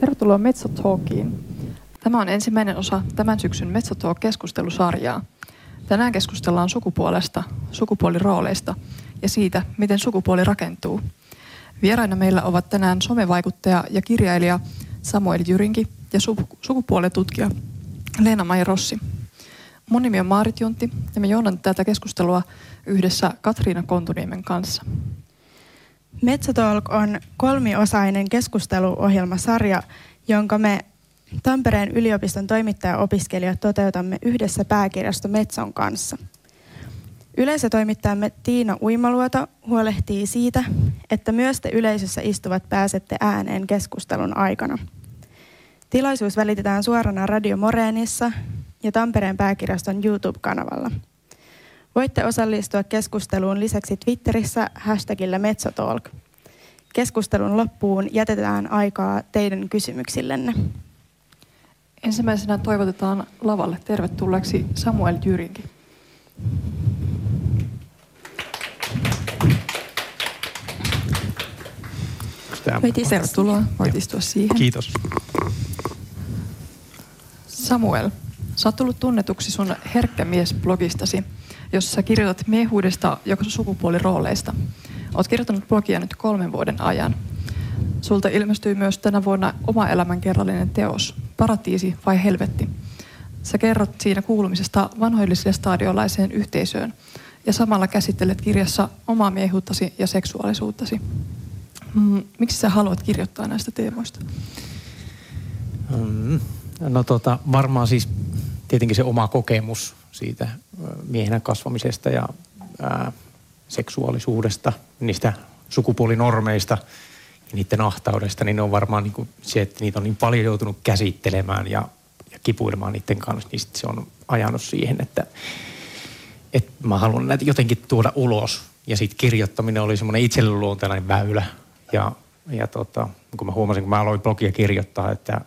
Tervetuloa Metso Talkiin. Tämä on ensimmäinen osa tämän syksyn Metso Talk-keskustelusarjaa. Tänään keskustellaan sukupuolesta, sukupuolirooleista ja siitä, miten sukupuoli rakentuu. Vieraina meillä ovat tänään somevaikuttaja ja kirjailija Samuel Jyrinki ja sukupuoletutkija Leena-Maija Rossi. Mun nimi on Maarit Juntti ja me johdan tätä keskustelua yhdessä Katriina Kontuniemen kanssa. Metso Talk on kolmiosainen keskusteluohjelmasarja, jonka me Tampereen yliopiston toimittajaopiskelijat toteutamme yhdessä pääkirjasto Metson kanssa. Yleisötoimittajamme Tiina Uimaluoto huolehtii siitä, että myös te yleisössä istuvat pääsette ääneen keskustelun aikana. Tilaisuus välitetään suorana Radio Moreenissa ja Tampereen pääkirjaston YouTube-kanavalla. Voitte osallistua keskusteluun lisäksi Twitterissä hashtagillä MetsoTalk. Keskustelun loppuun jätetään aikaa teidän kysymyksillenne. Ensimmäisenä toivotetaan lavalle tervetulleeksi Samuel Jyrinki. Tervetuloa. Voit istua siihen. Kiitos. Samuel, sä oot tullut tunnetuksi sun Herkkä mies-blogistasi, jossa sä kirjoitat miehuudesta ja sukupuolirooleista. Oot kirjoittanut blogia nyt 3 vuoden ajan. Sulta ilmestyy myös tänä vuonna oma elämänkerrallinen teos, Paratiisi vai helvetti. Sä kerrot siinä kuulumisesta vanhoilliselle stadiolaiseen yhteisöön ja samalla käsittelet kirjassa omaa miehuuttasi ja seksuaalisuuttasi. Miksi sä haluat kirjoittaa näistä teemoista? Varmaan siis tietenkin se oma kokemus siitä miehenä kasvamisesta ja seksuaalisuudesta, niistä sukupuolinormeista ja niiden ahtaudesta, niin ne on varmaan niin kuin se, että niitä on niin paljon joutunut käsittelemään ja kipuilemaan niiden kanssa, niin se on ajanut siihen, että mä haluan näitä jotenkin tuoda ulos. Ja sitten kirjoittaminen oli semmoinen itselle luontainen väylä. Ja kun mä huomasin, kun mä aloin blogia kirjoittaa, että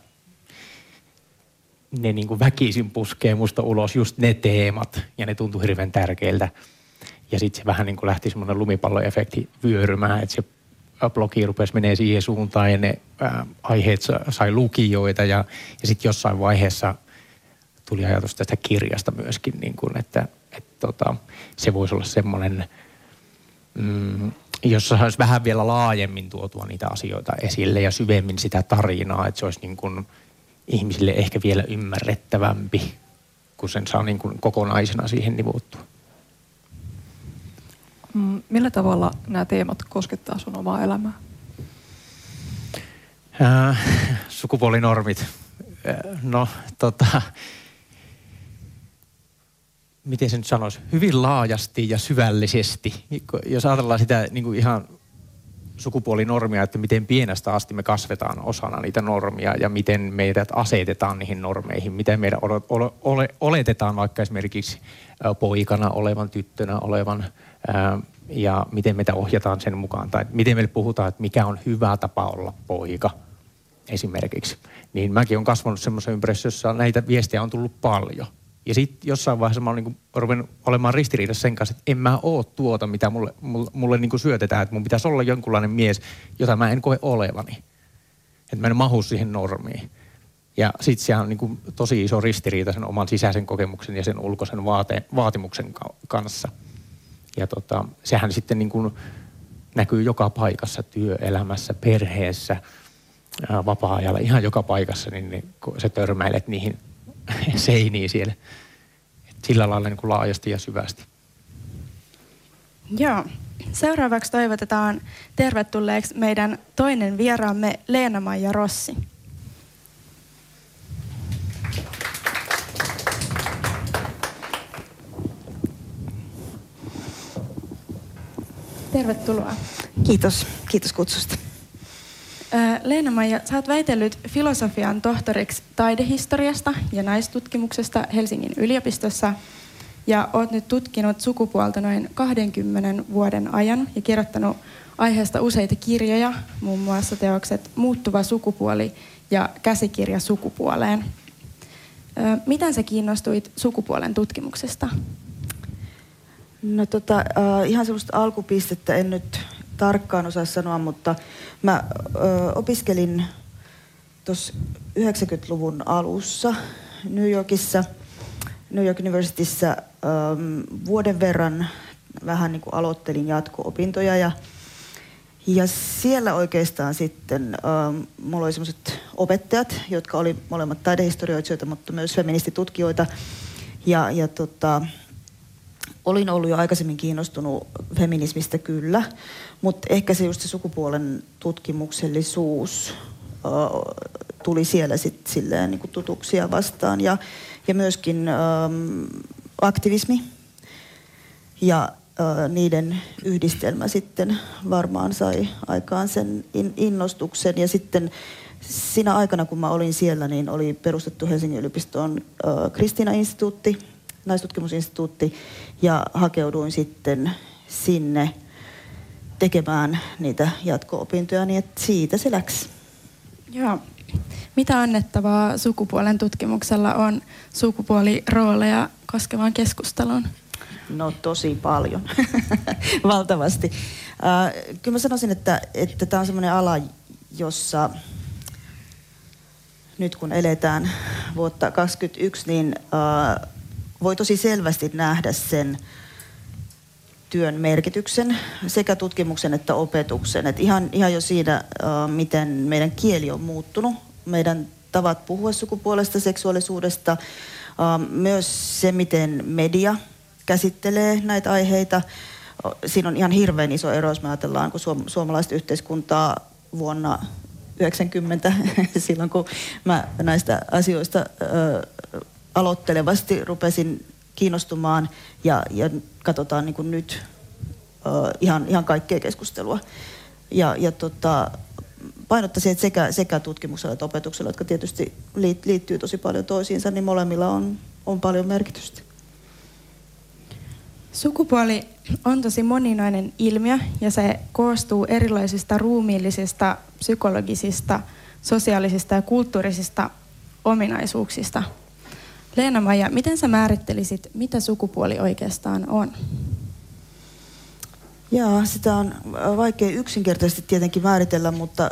ne niin kuin väkisin puskee musta ulos just ne teemat ja ne tuntui hirveän tärkeiltä. Ja sitten se vähän niin kuin lähti semmoinen lumipalloefekti vyörymään, että se blogi rupesi menee siihen suuntaan ja ne aiheet sai lukijoita ja sitten jossain vaiheessa tuli ajatus tästä kirjasta myöskin, niin kuin, että se voisi olla semmoinen, jossa saisi vähän vielä laajemmin tuotua niitä asioita esille ja syvemmin sitä tarinaa, että se olisi niin kuin ihmisille ehkä vielä ymmärrettävämpi, kun sen saa niin kuin kokonaisena siihen nivoutua. Millä tavalla nämä teemat koskettaa sun omaa elämää? Sukupuolinormit. Miten se nyt sanoisi? Hyvin laajasti ja syvällisesti. Jos ajatellaan sitä niin kuin ihan sukupuolinormia, että miten pienestä asti me kasvetaan osana niitä normia ja miten meidät asetetaan niihin normeihin, miten meidän oletetaan vaikka esimerkiksi poikana olevan, tyttönä olevan ja miten meitä ohjataan sen mukaan tai miten meille puhutaan, että mikä on hyvä tapa olla poika esimerkiksi. Niin mäkin olen kasvanut semmoisen ympäristössä, jossa näitä viestejä on tullut paljon. Ja sitten jossain vaiheessa mä olen niin ruvennut olemaan ristiriidassa sen kanssa, että en mä oo tuota, mitä mulle niin syötetään, että mun pitäisi olla jonkunlainen mies, jota mä en koe olevani. Että mä en mahu siihen normiin. Ja sitten se on niin tosi iso ristiriita sen oman sisäisen kokemuksen ja sen ulkoisen vaatimuksen kanssa. Ja sehän sitten niin kuin näkyy joka paikassa, työelämässä, perheessä, vapaa-ajalla, ihan joka paikassa, niin kun sä törmäilet niihin seiniin siellä. Et sillä lailla niin kuin laajasti ja syvästi. Joo. Seuraavaksi toivotetaan tervetulleeksi meidän toinen vieraamme Leena-Maija Rossi. Tervetuloa. Kiitos. Kiitos kutsusta. Leena-Maija, sä oot väitellyt filosofian tohtoriksi taidehistoriasta ja naistutkimuksesta Helsingin yliopistossa ja oot nyt tutkinut sukupuolta noin 20 vuoden ajan ja kirjoittanut aiheesta useita kirjoja, muun muassa teokset Muuttuva sukupuoli ja Käsikirja sukupuoleen. Miten sä kiinnostuit sukupuolen tutkimuksesta? No ihan semmoista alkupistettä en nyt tarkkaan osaa sanoa, mutta mä opiskelin tuossa 90-luvun alussa New Yorkissa, New York Universityssä vuoden verran vähän niin kuin aloittelin jatko-opintoja ja siellä oikeastaan sitten mulla oli sellaiset opettajat, jotka oli molemmat taidehistorioitsijoita, mutta myös feministitutkijoita ja olin ollut jo aikaisemmin kiinnostunut feminismistä kyllä, mutta ehkä se just se sukupuolen tutkimuksellisuus tuli siellä sitten silleen niin kuin tutuksia vastaan ja myöskin aktivismi ja niiden yhdistelmä sitten varmaan sai aikaan sen innostuksen ja sitten siinä aikana kun mä olin siellä niin oli perustettu Helsingin yliopistoon Kristiina-instituutti, naistutkimusinstituutti ja hakeuduin sitten sinne tekemään niitä jatko-opintoja niin että siitä se läksi. Joo. Mitä annettavaa sukupuolen tutkimuksella on sukupuolirooleja koskevaan keskusteluun? No tosi paljon, valtavasti. Kyllä mä sanoisin, että tämä on semmoinen ala, jossa nyt kun eletään vuotta 2021, niin voi tosi selvästi nähdä sen työn merkityksen sekä tutkimuksen että opetuksen. Et ihan jo siinä, miten meidän kieli on muuttunut, meidän tavat puhua sukupuolesta, seksuaalisuudesta, myös se, miten media käsittelee näitä aiheita. Siinä on ihan hirveän iso ero, jos me ajatellaan, kun suomalaista yhteiskuntaa vuonna 1990, silloin kun mä näistä asioista aloittelevasti rupesin kiinnostumaan ja katsotaan niin kuin nyt ihan kaikkea keskustelua. Ja painottaisin, että sekä tutkimuksella että opetuksella, jotka tietysti liittyy tosi paljon toisiinsa, niin molemmilla on paljon merkitystä. Sukupuoli on tosi moninainen ilmiö ja se koostuu erilaisista ruumiillisista, psykologisista, sosiaalisista ja kulttuurisista ominaisuuksista. Leena-Maija, miten sä määrittelisit, mitä sukupuoli oikeastaan on? Jaa, sitä on vaikea yksinkertaisesti tietenkin määritellä, mutta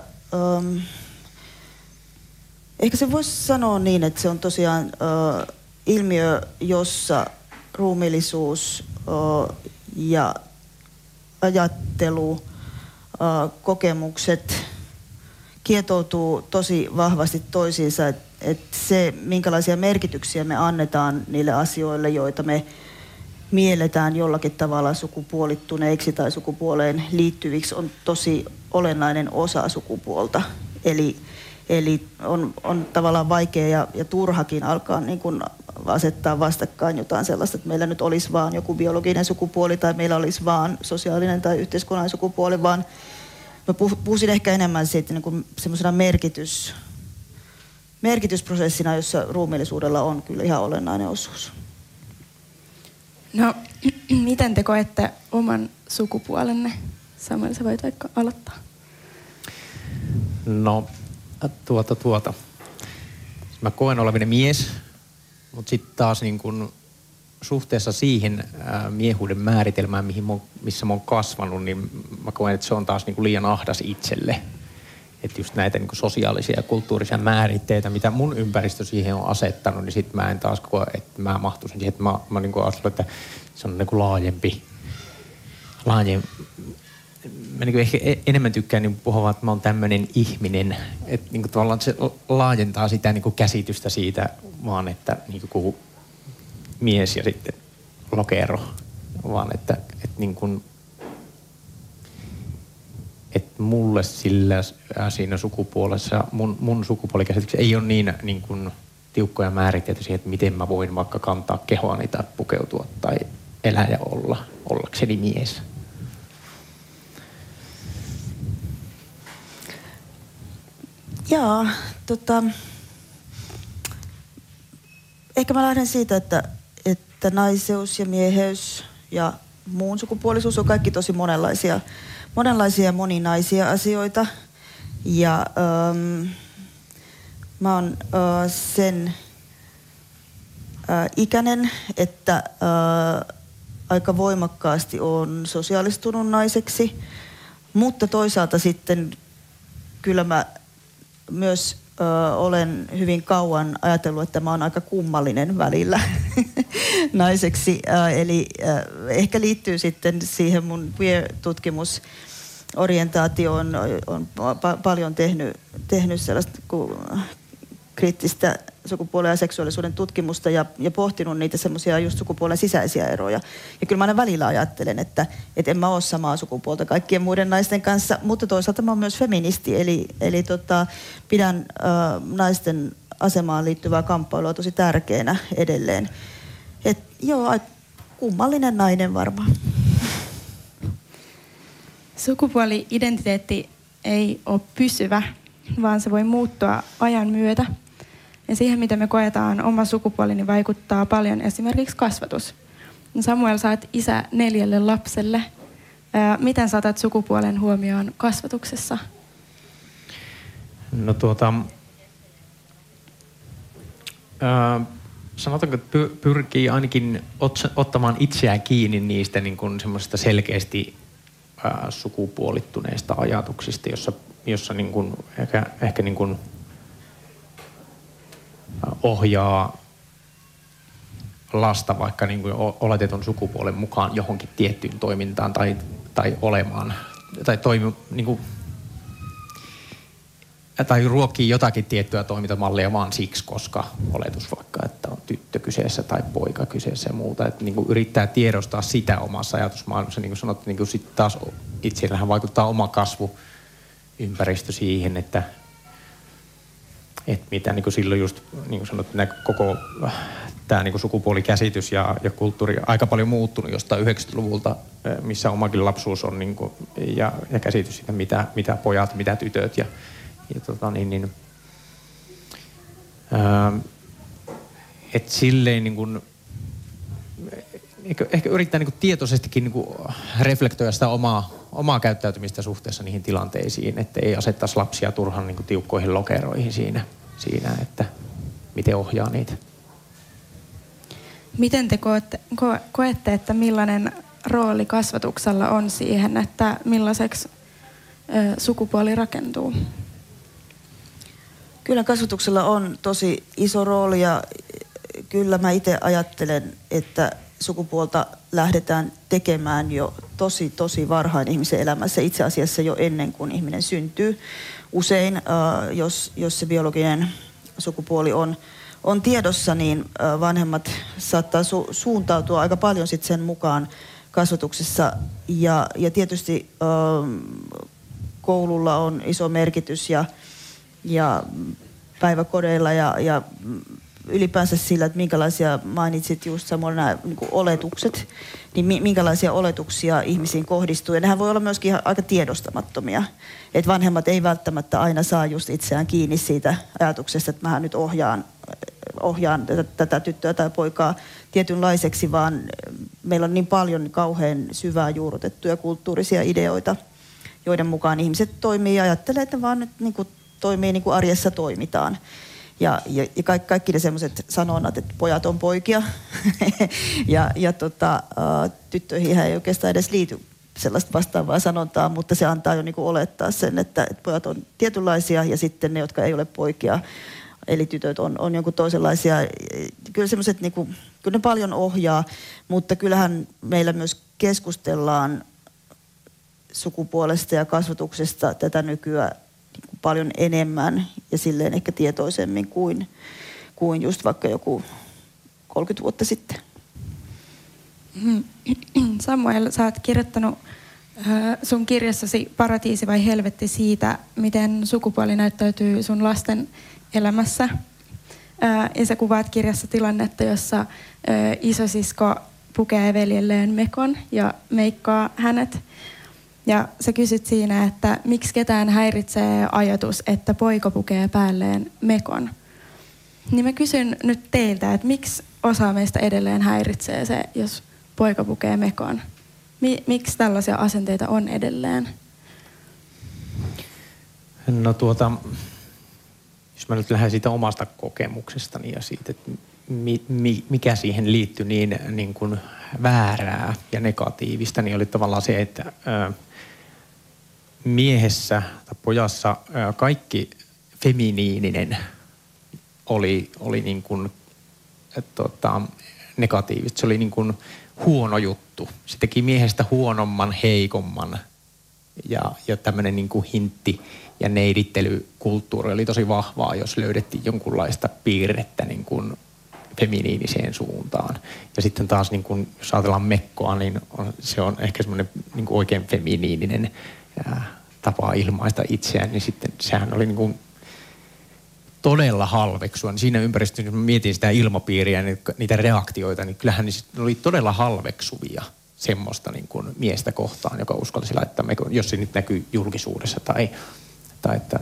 ehkä se voisi sanoa niin, että se on tosiaan ilmiö, jossa ruumiillisuus ja ajattelu, kokemukset kietoutuu tosi vahvasti toisiinsa, että se, minkälaisia merkityksiä me annetaan niille asioille, joita me mielletään jollakin tavalla sukupuolittuneiksi tai sukupuoleen liittyviksi, on tosi olennainen osa sukupuolta. Eli on tavallaan vaikea ja turhakin alkaa niin kuin asettaa vastakkain jotain sellaista, että meillä nyt olisi vaan joku biologinen sukupuoli tai meillä olisi vaan sosiaalinen tai yhteiskunnallinen sukupuoli, vaan mä puhuisin ehkä enemmän siitä niin kuin semmoisena merkitysprosessina, jossa ruumiillisuudella on kyllä ihan olennainen osuus. No, miten te koette oman sukupuolenne? Samuel, sä voit vaikka aloittaa. No, Mä koen olevani mies, mutta sitten taas niin kun suhteessa siihen miehuuden määritelmään, missä mä oon kasvanut, niin mä koen, että se on taas niin kuin liian ahdas itselle. Että just näitä niin kuin sosiaalisia ja kulttuurisia määritteitä, mitä mun ympäristö siihen on asettanut, niin sitten mä en taas koe, että mä mahtuisin siihen. Että mä niin kuin ajattelen, että se on niin kuin laajempi. Mä niin kuin ehkä enemmän tykkään niin puhua, että mä oon tämmöinen ihminen. Että niin kuin tavallaan se laajentaa sitä niin kuin käsitystä siitä vaan, että niin kuin mies ja sitten lokero. Vaan että niin kuin että mulle siinä sukupuolessa, mun sukupuolikäsityksessä ei ole niin kuin tiukkoja määritteitä siihen, että miten mä voin vaikka kantaa kehoani tai pukeutua tai elää ja ollakseni mies. Jaa, ehkä mä lähden siitä, että naiseus ja mieheys ja muun sukupuolisuus on kaikki tosi monenlaisia ja moninaisia asioita. Ja mä oon sen ikäinen, että aika voimakkaasti on sosiaalistunut naiseksi, mutta toisaalta sitten kyllä mä myös olen hyvin kauan ajatellut, että mä oon aika kummallinen välillä naiseksi. Eli ehkä liittyy sitten siihen mun queer-tutkimusorientaatioon. On paljon tehnyt sellaista kriittistä sukupuolen ja seksuaalisuuden tutkimusta ja pohtinut niitä semmoisia just sukupuolen sisäisiä eroja. Ja kyllä mä aina välillä ajattelen, että en mä ole samaa sukupuolta kaikkien muiden naisten kanssa, mutta toisaalta mä oon myös feministi, eli pidän naisten asemaan liittyvää kamppailua tosi tärkeänä edelleen. Kummallinen nainen varmaan. Sukupuoli-identiteetti ei ole pysyvä, vaan se voi muuttua ajan myötä. Ja siihen, miten me koetaan oma sukupuoli, niin vaikuttaa paljon esimerkiksi kasvatus. Samuel, sä oot isä 4 lapselle. Miten sä otat sukupuolen huomioon kasvatuksessa? No sanotaanko, että pyrkii ainakin ottamaan itseään kiinni niistä niin kuin semmoisista selkeästi sukupuolittuneista ajatuksista, jossa niin kuin ehkä niin kuin ohjaa lasta vaikka niin kuin oletetun sukupuolen mukaan johonkin tiettyyn toimintaan tai olemaan tai niin kuin, tai ruokkii jotakin tiettyä toimintamallia vaan siksi, koska oletus vaikka, että on tyttö kyseessä tai poika kyseessä ja muuta. Että niin kuin yrittää tiedostaa sitä omassa ajatusmaailmassa. Niin kuin sanottu, niin kuin sitten taas itsellähän vaikuttaa oma kasvuympäristö siihen, että mitä niin kuin silloin just niin kuin sanottu, koko tämä niin kuin sukupuolikäsitys ja kulttuuri aika paljon muuttunut jostain 90-luvulta, missä omakin lapsuus on niin kuin, ja käsitys siitä, mitä pojat, mitä tytöt et silleen niin kuin, ehkä yrittää niin kuin tietoisestikin niin kuin reflektoida sitä omaa käyttäytymistä suhteessa niihin tilanteisiin, että ei asettaisi lapsia turhan niin kuin tiukkoihin lokeroihin siinä, että miten ohjaa niitä. Miten te koette, että millainen rooli kasvatuksella on siihen, että millaiseksi sukupuoli rakentuu? Kyllä kasvatuksella on tosi iso rooli ja kyllä mä itse ajattelen, että sukupuolta lähdetään tekemään jo tosi varhain ihmisen elämässä, itse asiassa jo ennen kuin ihminen syntyy. Usein, jos se biologinen sukupuoli on tiedossa, niin vanhemmat saattaa suuntautua aika paljon sit sen mukaan kasvatuksessa. Ja tietysti koululla on iso merkitys ja päiväkodeilla ja ylipäänsä sillä, että minkälaisia, mainitsit just samoin nämä niin kuin oletukset, niin minkälaisia oletuksia ihmisiin kohdistuu. Ja nehän voi olla myöskin aika tiedostamattomia. Että vanhemmat ei välttämättä aina saa just itseään kiinni siitä ajatuksesta, että mähän nyt ohjaan tätä tyttöä tai poikaa tietynlaiseksi, vaan meillä on niin paljon kauhean syvää juurrutettuja kulttuurisia ideoita, joiden mukaan ihmiset toimii ja ajattelee, että vaan nyt niin kuin toimii niin kuin arjessa toimitaan. Ja kaikki ne semmoiset sanonnat, että pojat on poikia ja tyttöihin ei oikeastaan edes liity sellaista vastaavaa sanontaa, mutta se antaa jo niinku olettaa sen, että pojat on tietynlaisia ja sitten ne, jotka ei ole poikia, eli tytöt on jonkun toisenlaisia. Kyllä semmoiset, niinku, kyllä ne paljon ohjaa, mutta kyllähän meillä myös keskustellaan sukupuolesta ja kasvatuksesta tätä nykyään paljon enemmän ja silleen ehkä tietoisemmin kuin just vaikka joku 30 vuotta sitten. Samuel, sä oot kirjoittanut sun kirjassasi Paratiisi vai helvetti siitä, miten sukupuoli näyttäytyy sun lasten elämässä. Ja sä kuvaat kirjassa tilannetta, jossa isosisko pukee veljelleen mekon ja meikkaa hänet. Ja sä kysyt siinä, että miksi ketään häiritsee ajatus, että poika pukee päälleen mekon. Niin mä kysyn nyt teiltä, että miksi osa meistä edelleen häiritsee se, jos poika pukee mekon? Miksi tällaisia asenteita on edelleen? No jos mä nyt lähden siitä omasta kokemuksestani ja siitä, että mikä siihen liittyi niin kuin väärää ja negatiivista, niin oli tavallaan se, että miehessä tai pojassa kaikki feminiininen oli niin kuin, negatiivista. Se oli niin kuin huono juttu. Se teki miehestä huonomman, heikomman ja tämmöinen niin kuin hintti ja neirittelykulttuuri oli tosi vahvaa, jos löydettiin jonkunlaista piirrettä niin kuin feminiiniseen suuntaan. Ja sitten taas, niin kuin, jos ajatellaan mekkoa, niin se on ehkä semmoinen niin kuin oikein feminiininen tapa ilmaista itseään, niin sitten sehän oli niin kuin todella halveksua. Siinä ympäristössä, jos mietin sitä ilmapiiriä ja niitä reaktioita, niin kyllähän ne oli todella halveksuvia semmoista niin kuin miestä kohtaan, joka uskalsi laittaa mekon, jos se nyt näkyy julkisuudessa tai että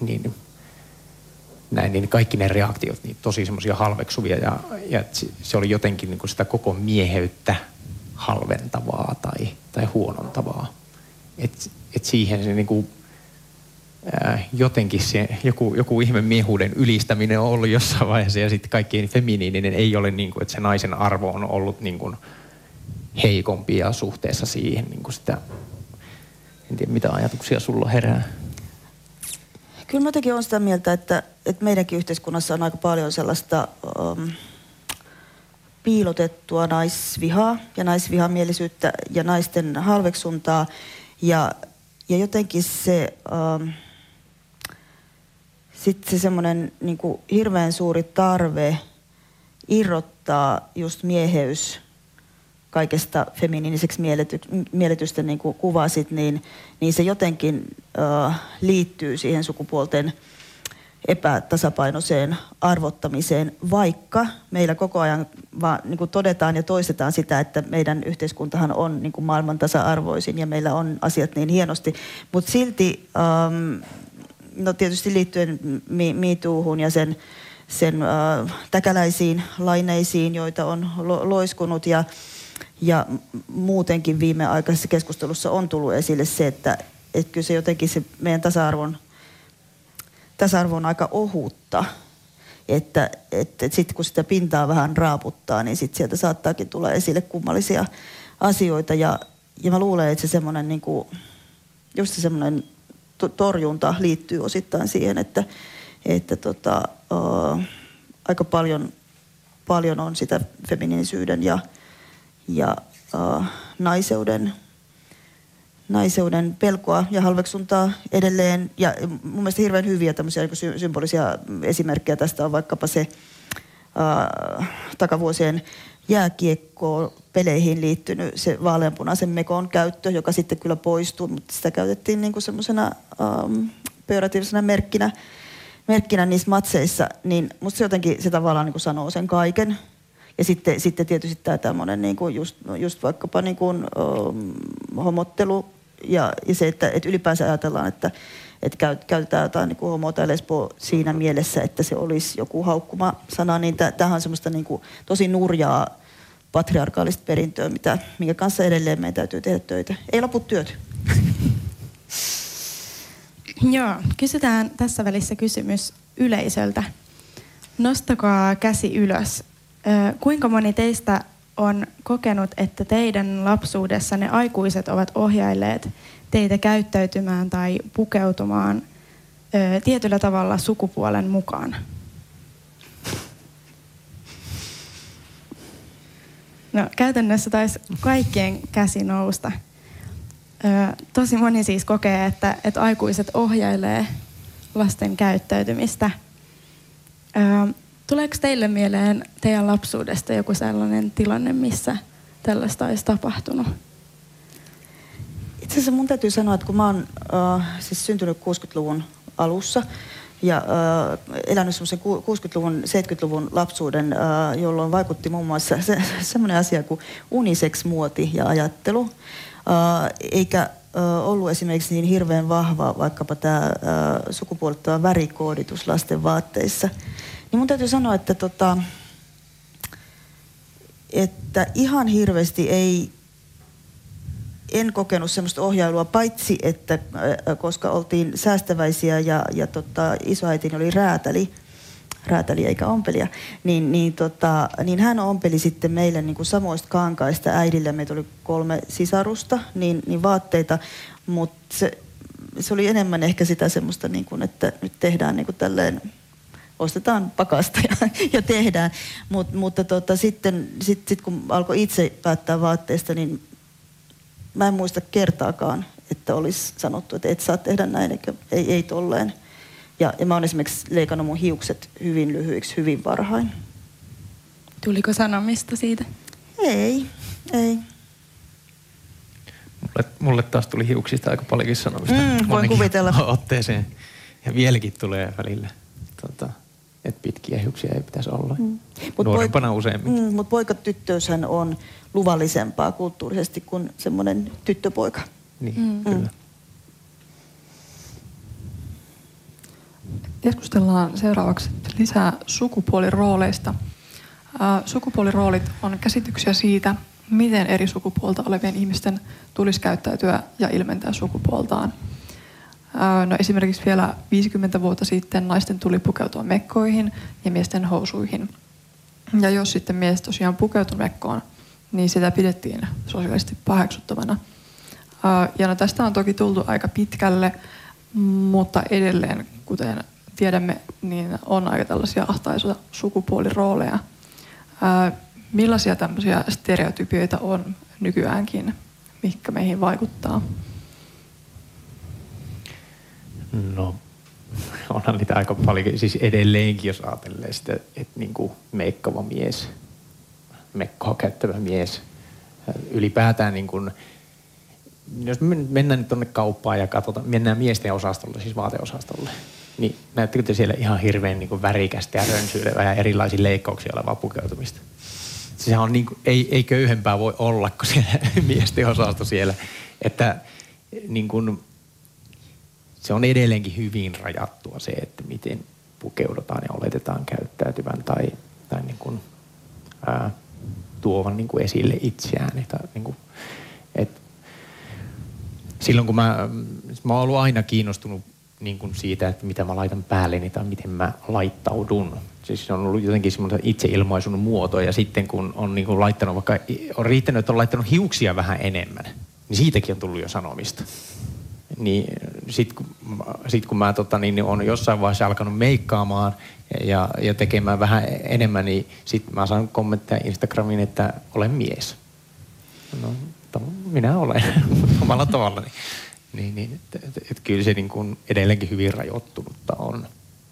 niin kaikki ne reaktiot niin tosi semmoisia halveksuvia ja se oli jotenkin niin kuin sitä koko mieheyttä halventavaa tai huonontavaa. Et siihen se niin kuin, jotenkin se joku ihme miehuuden ylistäminen on ollut jossain vaiheessa ja sitten kaikkein feminiininen ei ole niin kuin, että se naisen arvo on ollut niin kuin heikompia suhteessa siihen niin kuin sitä. En tiedä, mitä ajatuksia sulla herää. Kyllä mä jotenkin olen sitä mieltä, että meidänkin yhteiskunnassa on aika paljon sellaista piilotettua naisvihaa ja naisvihamielisyyttä ja naisten halveksuntaa. Ja jotenkin se, sitten se semmoinen niin kuin hirveän suuri tarve irrottaa just mieheys kaikesta feminiiniseksi mieletystä, niin kuin kuvasit, niin se jotenkin liittyy siihen sukupuolten epätasapainoiseen arvottamiseen, vaikka meillä koko ajan vaan niin kuin todetaan ja toistetaan sitä, että meidän yhteiskuntahan on niin kuin maailman tasa-arvoisin ja meillä on asiat niin hienosti, mutta silti, no tietysti liittyen MeToohun ja sen täkäläisiin laineisiin, joita on loiskunut ja muutenkin viimeaikaisessa keskustelussa on tullut esille se, että kyllä se jotenkin se meidän tasa-arvo on aika ohutta. Että sitten kun sitä pintaa vähän raaputtaa, niin sitten sieltä saattaakin tulla esille kummallisia asioita. Ja mä luulen, että se semmoinen niinku, just se semmoinen torjunta liittyy osittain siihen, että aika paljon on sitä feminiinisyyden ja naiseuden pelkoa ja halveksuntaa edelleen. Ja mun mielestä hirveän hyviä tämmöisiä niin symbolisia esimerkkejä tästä on vaikkapa se takavuosien jääkiekko-peleihin liittynyt se vaaleanpunaisen mekon käyttö, joka sitten kyllä poistui, mutta sitä käytettiin niin kuin semmoisena pejoratiivisena merkkinä niissä matseissa, niin musta se jotenkin se tavallaan niin kuin sanoo sen kaiken. Ja sitten tietysti tämä tämmöinen niin kuin just vaikkapa niin kuin, homottelu ja se, että ylipäänsä ajatellaan, että käytetään jotain niin kuin homo tai lesbo siinä mielessä, että se olisi joku haukkuma sana, niin tämähän on semmoista niin kuin tosi nurjaa patriarkaalista perintöä, minkä kanssa edelleen meidän täytyy tehdä töitä. Ei lopu työt. Joo, kysytään tässä välissä kysymys yleisöltä. Nostakaa käsi ylös. Kuinka moni teistä on kokenut, että teidän lapsuudessanne aikuiset ovat ohjailleet teitä käyttäytymään tai pukeutumaan tietyllä tavalla sukupuolen mukaan? No, käytännössä taisi kaikkien käsi nousta. Tosi moni siis kokee, että aikuiset ohjailee lasten käyttäytymistä. Tuleeko teille mieleen teidän lapsuudesta joku sellainen tilanne, missä tällaista olisi tapahtunut? Itse asiassa mun täytyy sanoa, että kun mä oon siis syntynyt 60-luvun alussa ja elänyt semmoisen 60-luvun, 70-luvun lapsuuden, jolloin vaikutti muun muassa semmoinen asia kuin unisex-muoti ja ajattelu, eikä ollut esimerkiksi niin hirveän vahva vaikkapa tämä sukupuolittava värikooditus lasten vaatteissa. Niin mun täytyy sanoa, että ihan hirveästi en kokenut semmoista ohjailua, paitsi että koska oltiin säästäväisiä ja isoäitini oli räätäli eikä ompelia, niin hän ompeli sitten meille niin kuin samoista kankaista äidille. Meitä oli 3 sisarusta, niin vaatteita, mutta se oli enemmän ehkä sitä semmoista, niin kuin, että nyt tehdään niin kuin tälleen, ostetaan pakasta ja tehdään. Mutta sitten kun alkoi itse päättää vaatteista, niin mä en muista kertaakaan, että olisi sanottu, että et saa tehdä näin, eikä ei tolleen. Ja mä oon esimerkiksi leikannut mun hiukset hyvin lyhyiksi, hyvin varhain. Tuliko sanomista siitä? Ei. Mulle taas tuli hiuksista aika paljonkin sanomista. Voin kuvitella. Otteeseen. Ja vieläkin tulee välillä, että pitkiä hiuksia ei pitäisi olla. Nuorempana useammin. Mutta poikatyttöyshän on luvallisempaa kulttuurisesti kuin semmoinen tyttöpoika. Niin, kyllä. Keskustellaan seuraavaksi lisää sukupuolirooleista. Sukupuoliroolit on käsityksiä siitä, miten eri sukupuolta olevien ihmisten tulisi käyttäytyä ja ilmentää sukupuoltaan. No esimerkiksi vielä 50 vuotta sitten naisten tuli pukeutua mekkoihin ja miesten housuihin. Ja jos sitten mies tosiaan pukeutui mekkoon, niin sitä pidettiin sosiaalisesti paheksuttavana. Ja no tästä on toki tultu aika pitkälle, mutta edelleen, kuten tiedämme, niin on aika tällaisia ahtaisia sukupuolirooleja. Millaisia tämmöisiä stereotypioita on nykyäänkin, mitkä meihin vaikuttaa? No, onhan niitä aika paljon. Siis edelleenkin, jos ajatellaan sitä, että niin kuin meikkava mies, mekkoa käyttävä mies, ylipäätään niin kuin, jos mennään nyt tuonne kauppaan ja katsotaan, mennään miesten osastolle, siis vaateosastolle, niin näettekö te siellä ihan hirveän niin kuin värikästä ja rönsyilevää ja erilaisia leikkauksia olevaa pukeutumista? Sehän on niin kuin, ei köyhempää voi olla kuin siellä miesten osasto siellä, että niin kuin, se on edelleenkin hyvin rajattua se, että miten pukeudutaan ja oletetaan käyttäytyvän tai niin kuin, tuovan niin kuin esille itseään. Että, niin kuin, silloin kun mä oon ollut aina kiinnostunut niin kuin siitä, että mitä mä laitan päälleni tai miten mä laittaudun. Siis se on ollut jotenkin semmoinen itseilmaisun muoto ja sitten kun on niin kuin laittanut vaikka, on riittänyt, että on laittanut hiuksia vähän enemmän, niin siitäkin on tullut jo sanomista. Niin sit kun mä niin on jossain vaiheessa alkanut meikkaamaan ja tekemään vähän enemmän, niin sit mä saan kommentteja Instagramiin, että olen mies. No, minä olen omalla tavallani. Niin, et kyllä se niin kuin edelleenkin hyvin rajoittunutta on.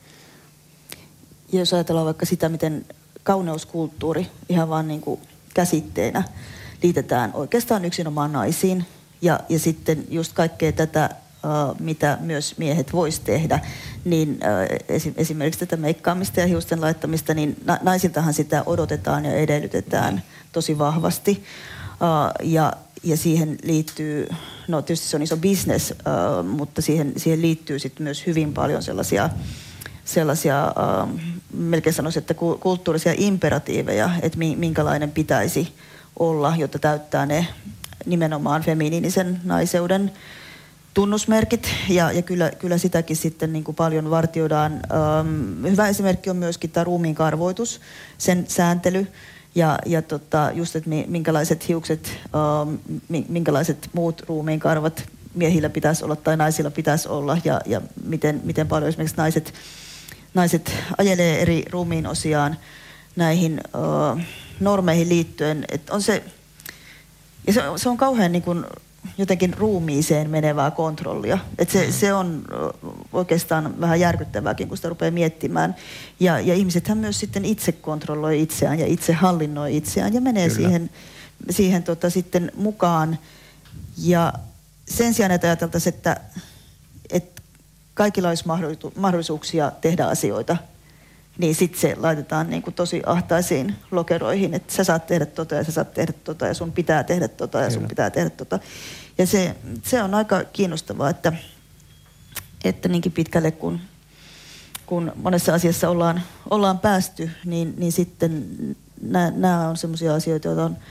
Ja jos ajatellaan vaikka sitä, miten kauneuskulttuuri ihan vaan niin kuin käsitteenä liitetään oikeastaan yksinomaan naisiin. Ja sitten just kaikkea tätä, mitä myös miehet vois tehdä, niin esimerkiksi tätä meikkaamista ja hiusten laittamista, niin naisiltahan sitä odotetaan ja edellytetään tosi vahvasti. Ja siihen liittyy, no tietysti se on iso business, mutta siihen liittyy sitten myös hyvin paljon sellaisia melkein sanoisin, että kulttuurisia imperatiiveja, että minkälainen pitäisi olla, jotta täyttää ne nimenomaan feminiinisen naiseuden tunnusmerkit. Ja kyllä sitäkin sitten niin kuin paljon vartioidaan. Hyvä esimerkki on myöskin tämä ruumiinkarvoitus, sen sääntely. Ja just, että minkälaiset hiukset, minkälaiset muut ruumiinkarvat miehillä pitäisi olla tai naisilla pitäisi olla. Ja miten paljon esimerkiksi naiset ajelee eri ruumiinosiaan näihin normeihin liittyen. Että on se, ja se on kauhean niin kuin jotenkin ruumiiseen menevää kontrollia. Että se on oikeastaan vähän järkyttävääkin, kun sitä rupeaa miettimään. Ja ihmisethän myös sitten itse kontrolloi itseään ja itse hallinnoi itseään ja menee siihen sitten mukaan. Ja sen sijaan, että ajateltaisiin, että kaikilla olisi mahdollisuuksia tehdä asioita, niin sitten se laitetaan niin kuin tosi ahtaisiin lokeroihin, että sä saat tehdä tota ja sä saat tehdä tota ja sun pitää tehdä tota ja sun pitää tehdä tota. Ja se on aika kiinnostavaa, että niinkin pitkälle kun monessa asiassa ollaan päästy, niin sitten nämä on semmoisia asioita, joita on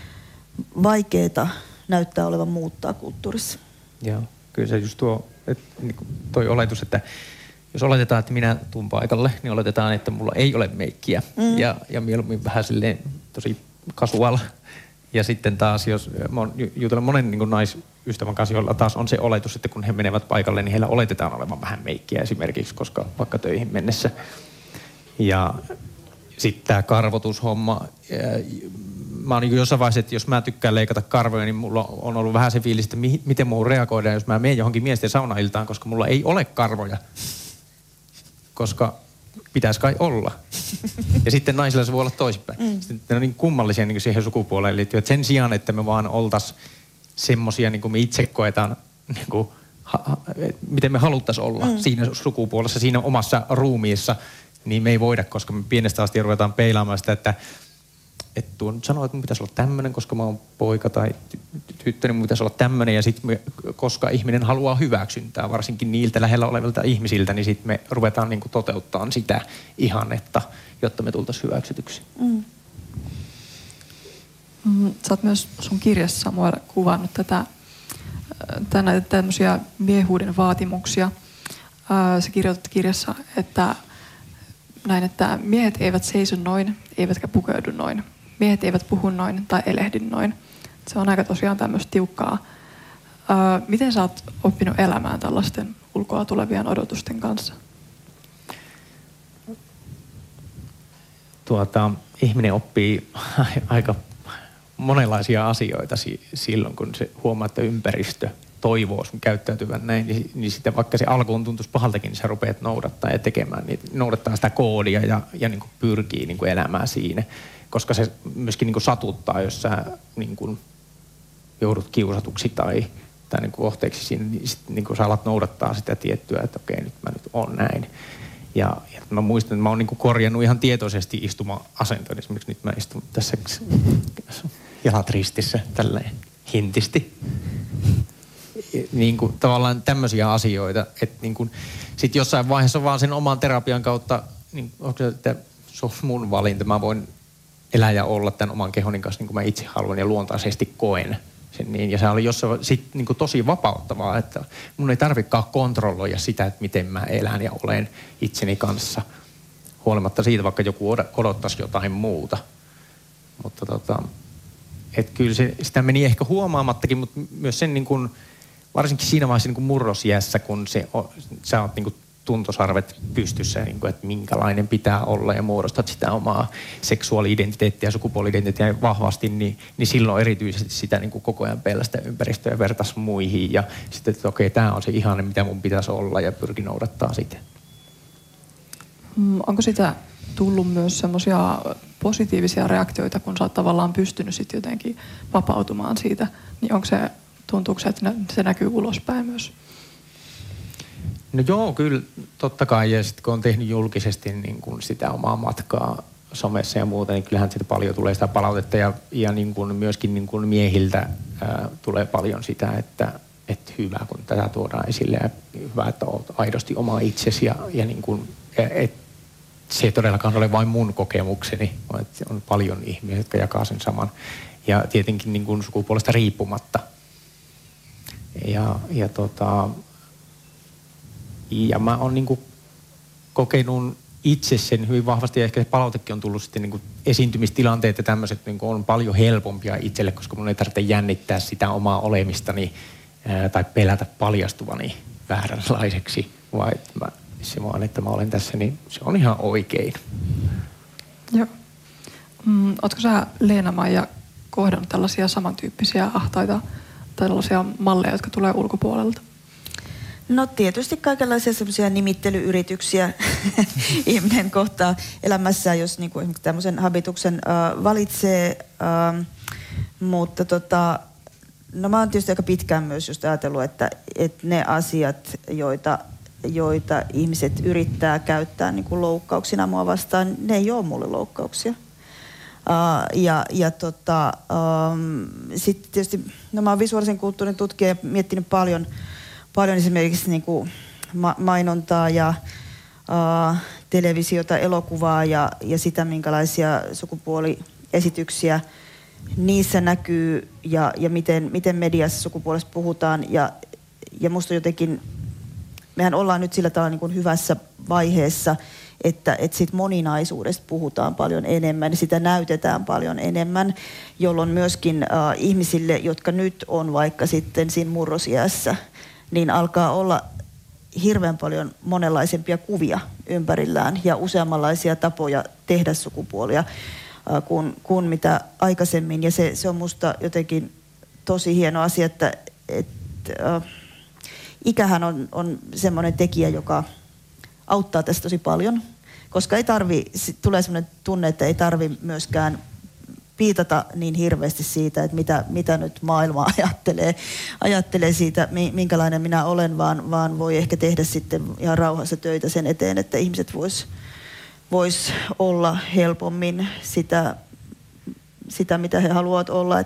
vaikeaa näyttää olevan muuttaa kulttuurissa. Joo, kyllä se just toi oletus, että jos oletetaan, että minä tuun paikalle, niin oletetaan, että mulla ei ole meikkiä. Ja mieluummin vähän silleen tosi casual. Ja sitten taas, jos mä oon jutellut monen niin kuin ystävän kanssa, jolla taas on se oletus, että kun he menevät paikalle, niin heillä oletetaan olevan vähän meikkiä esimerkiksi, koska vaikka töihin mennessä. Ja sitten tämä karvotushomma. Mä oon niin jossain vaiheessa, että jos mä tykkään leikata karvoja, niin mulla on ollut vähän se fiilis, että miten muuhun reagoidaan, jos mä menen johonkin miesten saunailtaan, koska mulla ei ole karvoja. Koska pitäisi kai olla. Ja sitten naisilla se voi olla toisinpäin. Sitten ne on niin kummallisia niin siihen sukupuoleen liittyvät. Sen sijaan, että me vaan oltaisiin semmosia, niin kuin me itse koetaan, niin kuin, miten me haluttaisiin olla siinä sukupuolessa, siinä omassa ruumiissa, niin me ei voida, koska me pienestä asti ruvetaan peilaamaan sitä, että tuo nyt sanoo, että mun pitäisi olla tämmöinen, koska mä oon poika tai tyttö, niin mun pitäisi olla tämmöinen. Ja sitten koska ihminen haluaa hyväksyntää, varsinkin niiltä lähellä olevilta ihmisiltä, niin sitten me ruvetaan niin kuin toteuttamaan sitä ihannetta, jotta me tultaisiin hyväksytyksi. Sä oot myös sun kirjassa Samuel kuvannut näitä tämmöisiä miehuuden vaatimuksia. Sä kirjoitat kirjassa, että miehet eivät seiso noin, eivätkä pukeudu noin. Miehet eivät puhu noin tai elehdi noin. Se on aika tosiaan tämmöistä tiukkaa. Miten sä oot oppinut elämään tällaisten ulkoa tulevien odotusten kanssa? Ihminen oppii aika monenlaisia asioita silloin, kun se huomaa, että ympäristö toivoo sun käyttäytyvän näin, niin sitten vaikka se alkuun tuntuisi pahaltakin, niin sä rupeat noudattaa ja tekemään niitä, noudattaa sitä koodia ja niin kuin pyrkii niin kuin elämään siinä. Koska se myöskin niin kuin satuttaa, jos sä niin kuin joudut kiusatuksi tai niin kuin kohteeksi siinä, niin sitten niin kuin sä alat noudattaa sitä tiettyä, että okei, nyt mä oon näin. Ja mä muistan, että mä oon niin kuin korjannut ihan tietoisesti istuma-asentoon. Esimerkiksi nyt mä istun tässä jalat ristissä tälleen hintisti. Niin kuin tavallaan tämmöisiä asioita, että niin kuin sitten jossain vaiheessa vaan sen oman terapian kautta, niin onko se, että se on mun valinta, mä voin elää ja olla tämän oman kehoni kanssa niin kuin mä itse haluan ja luontaisesti koen sen niin. Ja se oli jossain sitten niin kuin tosi vapauttavaa, että mun ei tarvitsekaan kontrolloida sitä, että miten mä elän ja olen itseni kanssa, huolimatta siitä, vaikka joku odottaisi jotain muuta. Mutta että kyllä sitä meni ehkä huomaamattakin, mutta myös sen niin kuin varsinkin siinä vaiheessa niin murrosiässä, kun sä oot niin tuntosarvet pystyssä, niin kuin, että minkälainen pitää olla ja muodostat sitä omaa seksuaali-identiteettiä ja sukupuoli-identiteettiä vahvasti, niin silloin erityisesti sitä niin koko ajan pelästä ympäristöä ja vertaisi muihin ja sitten, että okei, tämä on se ihanne, mitä mun pitäisi olla ja pyrki noudattaa sitä. Onko sitä tullut myös semmoisia positiivisia reaktioita, kun sä oot tavallaan pystynyt sitten jotenkin vapautumaan siitä, niin onko se tuntuuko se, että se näkyy ulospäin myös? No joo, kyllä totta kai. Ja sitten kun on tehnyt julkisesti niin kun sitä omaa matkaa somessa ja muuta, niin kyllähän siitä paljon tulee sitä palautetta. Ja niin kun myöskin niin kun miehiltä tulee paljon sitä, että hyvä, kun tätä tuodaan esille. Ja hyvä, että olet aidosti oma itsesi. Ja niin kun, se ei todellakaan ole vain mun kokemukseni, vaan että on paljon ihmisiä, jotka jakaa sen saman. Ja tietenkin niin kun sukupuolesta riippumatta. Ja mä oon niinku kokenut itse sen hyvin vahvasti ja ehkä se palautekin on tullut sitten niinku esiintymistilanteet ja tämmöiset niinku on paljon helpompia itselle, koska mun ei tarvitse jännittää sitä omaa olemistani tai pelätä paljastuvani vääränlaiseksi, vaan että mä olen tässä, niin se on ihan oikein. Joo. Ootko sä, Leena-Maija, kohdannut tällaisia samantyyppisiä ahtaita tai tällaisia malleja, jotka tulee ulkopuolelta? No tietysti kaikenlaisia semmoisia nimittely-yrityksiä ihminen kohtaa elämässään, jos niinku esimerkiksi tämmöisen habituksen valitsee. Mutta no mä oon tietysti aika pitkään myös just ajatellut, että ne asiat, joita ihmiset yrittää käyttää niinku loukkauksina mua vastaan, ne ei ole mulle loukkauksia. Sitten tietysti no mä oon visuaalisen kulttuurin tutkija ja miettinyt paljon esimerkiksi niinku mainontaa ja televisiota, elokuvaa ja sitä, minkälaisia sukupuoliesityksiä niissä näkyy ja miten mediassa sukupuolesta puhutaan. Ja musta jotenkin, mehän ollaan nyt sillä tavalla niin kuin hyvässä vaiheessa, että siitä moninaisuudesta puhutaan paljon enemmän, sitä näytetään paljon enemmän, jolloin myöskin ihmisille, jotka nyt on vaikka sitten siinä murrosiässä, niin alkaa olla hirveän paljon monenlaisempia kuvia ympärillään ja useammanlaisia tapoja tehdä sukupuolia kuin mitä aikaisemmin. Ja se on musta jotenkin tosi hieno asia, että ikähän on semmoinen tekijä, joka auttaa tässä tosi paljon, koska tulee semmoinen tunne, että ei tarvi myöskään piitata niin hirveästi siitä, että mitä nyt maailma ajattelee siitä, minkälainen minä olen, vaan voi ehkä tehdä sitten ihan rauhassa töitä sen eteen, että ihmiset vois olla helpommin sitä, mitä he haluavat olla.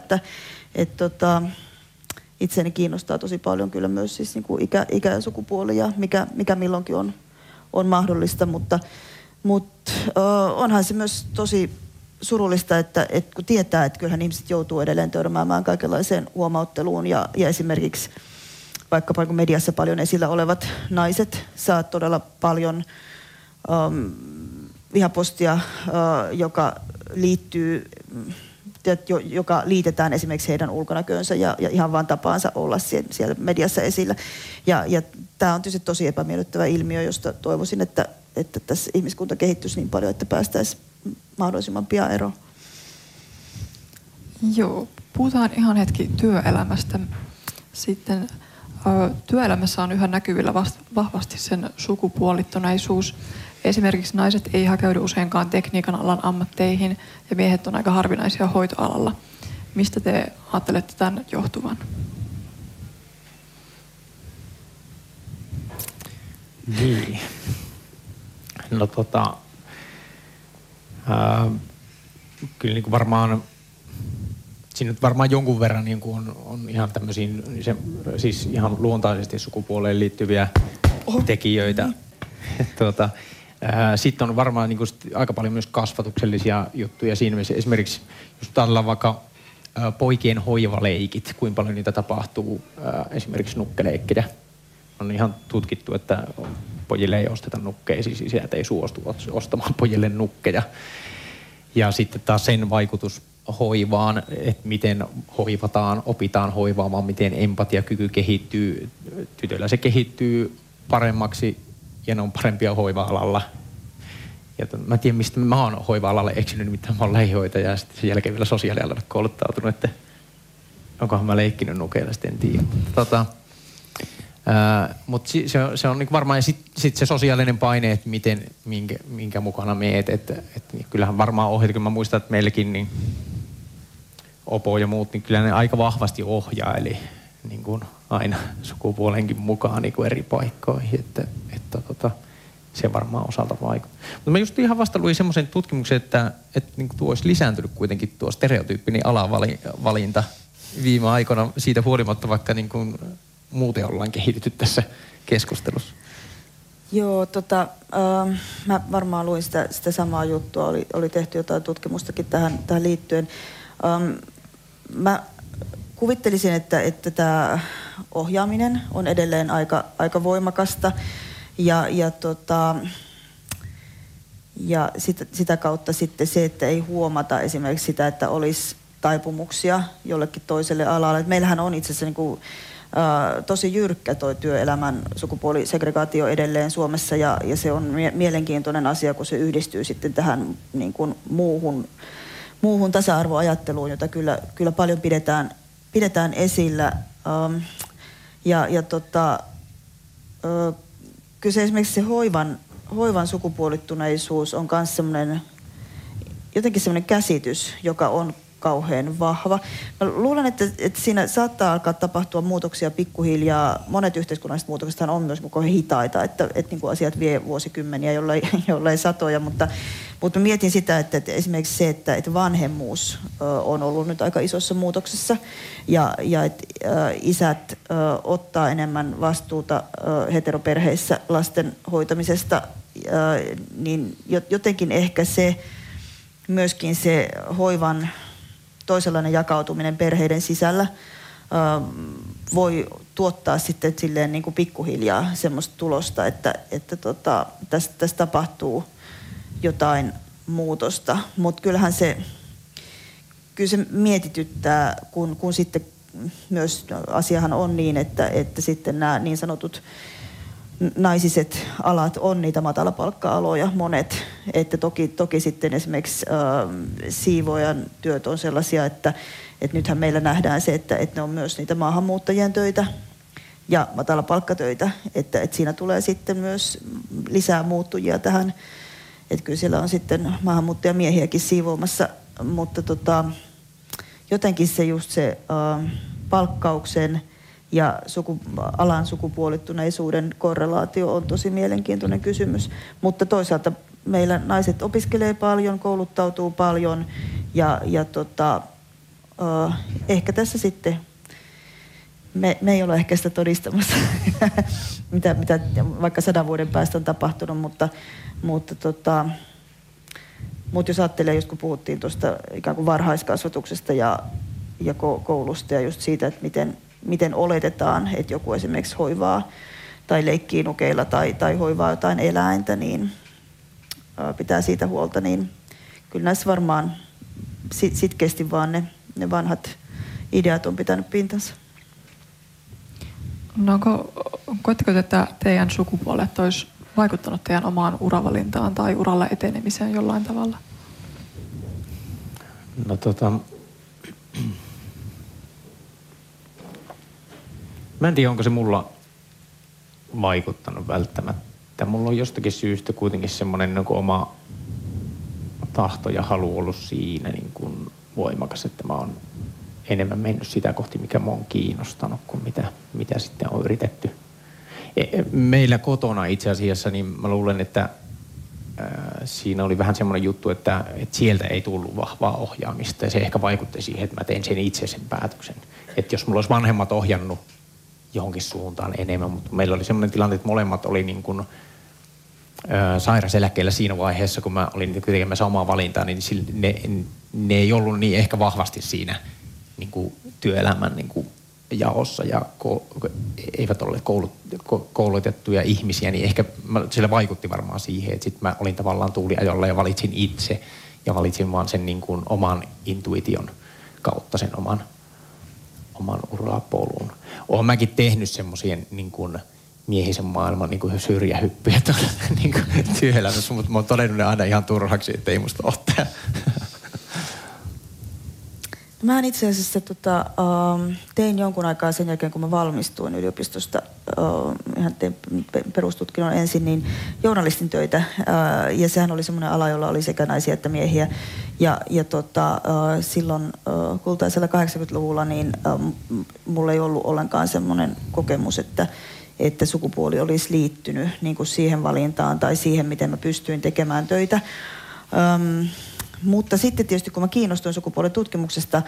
Itseäni kiinnostaa tosi paljon kyllä myös siis niin kuin ikä ja sukupuoli ja mikä milloinkin on mahdollista, mutta onhan se myös tosi surullista, että kun tietää, että kyllähän ihmiset joutuu edelleen törmäämään kaikenlaiseen huomautteluun ja esimerkiksi vaikkapa kun mediassa paljon esillä olevat naiset saa todella paljon vihapostia, joka liitetään esimerkiksi heidän ulkonäköönsä ja ihan vaan tapaansa olla siellä mediassa esillä. Ja tämä on tietysti tosi epämiellyttävä ilmiö, josta toivoisin, että tässä ihmiskunta kehittyisi niin paljon, että päästäisiin mahdollisimman pian eroon. Joo, puhutaan ihan hetki työelämästä. Sitten työelämässä on yhä näkyvillä vahvasti sen sukupuolittuneisuus. Esimerkiksi naiset ei hakeudu useinkaan tekniikan alan ammatteihin ja miehet on aika harvinaisia hoitoalalla. Mistä te ajattelette tämän johtuvan? Niin. No kyllä niin kuin varmaan, siinä nyt varmaan jonkun verran niin kuin on ihan tämmöisiin, siis ihan luontaisesti sukupuoleen liittyviä tekijöitä. Sitten on varmaan niin kuin aika paljon myös kasvatuksellisia juttuja siinä mielessä. Esimerkiksi jos ajatellaan vaikka poikien hoivaleikit, kuinka paljon niitä tapahtuu, esimerkiksi nukkeleikkejä. On ihan tutkittu, että pojille ei osteta nukkeja, siis isät ei suostu ostamaan pojille nukkeja. Ja sitten taas sen vaikutus hoivaan, että miten hoivataan, opitaan hoivaamaan, miten empatiakyky kehittyy. Tytöillä se kehittyy paremmaksi ja ne on parempia hoiva-alalla. Ja mä en tiedä, mistä mä oon hoiva-alalle eksynyt, nimittäin mä oon lähihoitaja ja sitten sen jälkeen vielä sosiaalialalle kouluttautunut, että onkohan mä leikkinyt nukeilla, sitten en tiedä. Mutta se on niin varmaan, ja sit se sosiaalinen paine, että minkä mukana meet, että kyllähän varmaan ohjat, kun mä muistan, että meilläkin niin Opo ja muut, niin kyllä ne aika vahvasti ohjaili niin kuin aina sukupuolenkin mukaan niin kuin eri paikkoihin, että se varmaan osalta vaikuttaa. Mutta mä just ihan vasta luin semmoisen tutkimuksen, että niin kuin tuo olisi lisääntynyt kuitenkin tuo stereotyyppinen alavalinta viime aikoina siitä huolimatta, vaikka niin kuin muuten ollaan kehitytty tässä keskustelussa. Joo, mä varmaan luin sitä samaa juttua, oli tehty jotain tutkimustakin tähän liittyen. Mä kuvittelisin, että tämä ohjaaminen on edelleen aika voimakasta ja sitä kautta sitten se, että ei huomata esimerkiksi sitä, että olisi taipumuksia jollekin toiselle alalle. Et meillähän on itse asiassa niin kuin tosi jyrkkä toi työelämän sukupuolisegregaatio edelleen Suomessa ja se on mielenkiintoinen asia, kun se yhdistyy sitten tähän niin kuin muuhun tasa-arvoajatteluun, jota kyllä paljon pidetään esillä. Kyllä se esimerkiksi se hoivan sukupuolittuneisuus on myös jotenkin semmoinen käsitys, joka on kauhean vahva. Mä luulen, että siinä saattaa alkaa tapahtua muutoksia pikkuhiljaa. Monet yhteiskunnalliset muutokset on myös kauhean hitaita, että niin kuin asiat vie vuosikymmeniä, jollei satoja, mutta mä mietin sitä, että esimerkiksi se, että vanhemmuus on ollut nyt aika isossa muutoksessa ja että isät ottaa enemmän vastuuta heteroperheissä lasten hoitamisesta, niin jotenkin ehkä myöskin se hoivan toisenlainen jakautuminen perheiden sisällä voi tuottaa sitten silleen niin kuin pikkuhiljaa semmoista tulosta, että tässä tapahtuu jotain muutosta. Mutta kyllähän se mietityttää, kun sitten myös asiahan on niin, että sitten nämä niin sanotut naisiset alat on niitä matalapalkka-aloja, monet. Että toki sitten esimerkiksi siivoojan työt on sellaisia, että nythän meillä nähdään se, että ne on myös niitä maahanmuuttajien töitä ja matalapalkkatöitä, että siinä tulee sitten myös lisää muuttujia tähän. Että kyllä siellä on sitten maahanmuuttajamiehiäkin siivoamassa, mutta jotenkin se just se palkkauksen ja alan sukupuolittuneisuuden korrelaatio on tosi mielenkiintoinen kysymys. Mutta toisaalta meillä naiset opiskelee paljon, kouluttautuu paljon ja ehkä tässä sitten me ei ole ehkä sitä todistamassa, mitä vaikka 100 vuoden päästä on tapahtunut, mutta jos ajattelee, just kun puhuttiin tuosta ikään kuin varhaiskasvatuksesta ja koulusta ja just siitä, että miten oletetaan, että joku esimerkiksi hoivaa tai leikkii nukeilla tai hoivaa jotain eläintä, niin pitää siitä huolta, niin kyllä näissä varmaan sitkeästi vaan ne vanhat ideat on pitänyt pintansa. No koetteko, että teidän sukupuolet olisi vaikuttanut teidän omaan uravalintaan tai uralla etenemiseen jollain tavalla? No mä en tiedä, onko se mulla vaikuttanut välttämättä. Mulla on jostakin syystä kuitenkin semmoinen niin kuin oma tahto ja halu ollut siinä niin kuin voimakas, että mä oon enemmän mennyt sitä kohti, mikä mua on kiinnostanut kuin mitä sitten on yritetty. Meillä kotona itse asiassa, niin mä luulen, että siinä oli vähän semmoinen juttu, että sieltä ei tullut vahvaa ohjaamista ja se ehkä vaikutti siihen, että mä tein sen itse sen päätöksen. Että jos mulla olisi vanhemmat ohjannut johonkin suuntaan enemmän, mutta meillä oli semmoinen tilanne, että molemmat oli niin kuin sairaseläkkeellä siinä vaiheessa, kun mä olin tekemässä omaa valintaa, niin ne ei ollut niin ehkä vahvasti siinä niin kuin työelämän niin kuin jaossa ja eivät ole koulutettuja ihmisiä, niin ehkä sillä vaikutti varmaan siihen, että sitten mä olin tavallaan tuuliajolla ja valitsin itse ja valitsin vaan sen niin kuin oman intuition kautta sen oman urapolun. Olen mäkin tehnyt semmoisia niin kuin miehisen maailman niin kuin syrjähyppyjä niin kuin työelämässä, mutta mä oon todennut ne aina ihan turhaksi, että ei musta ole tämä. Mä itse asiassa tein jonkun aikaa sen jälkeen, kun mä valmistuin yliopistosta, ihan tein perustutkinnon ensin, niin journalistin töitä. Ja sehän oli semmoinen ala, jolla oli sekä naisia että miehiä. Ja silloin kultaisella 80-luvulla niin mulla ei ollut ollenkaan semmoinen kokemus, että sukupuoli olisi liittynyt niin kuin siihen valintaan tai siihen, miten mä pystyin tekemään töitä. Mutta sitten tietysti kun mä kiinnostuin sukupuolen tutkimuksesta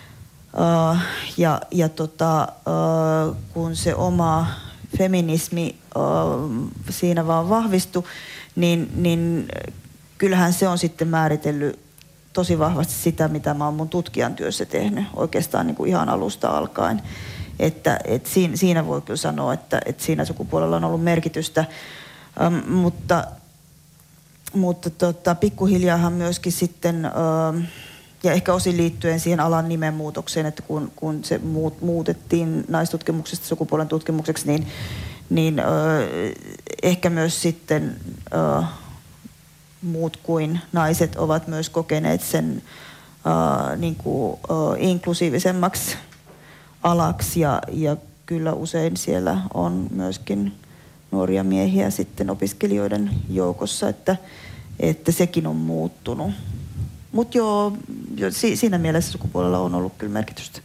kun se oma feminismi siinä vaan vahvistui, niin kyllähän se on sitten määritellyt tosi vahvasti sitä, mitä mä oon mun tutkijan työssä tehnyt oikeastaan niin kuin ihan alusta alkaen. Että siinä voi kyllä sanoa, että siinä sukupuolella on ollut merkitystä, mutta pikkuhiljaahan myöskin sitten, ja ehkä osin liittyen siihen alan nimenmuutokseen, että kun se muutettiin naistutkimuksesta sukupuolen tutkimukseksi, niin ehkä myös sitten muut kuin naiset ovat myös kokeneet sen niin kuin, inklusiivisemmaksi alaksi ja kyllä usein siellä on myöskin nuoria miehiä sitten opiskelijoiden joukossa, että sekin on muuttunut. Mutta joo, siinä mielessä sukupuolella on ollut kyllä merkitystä.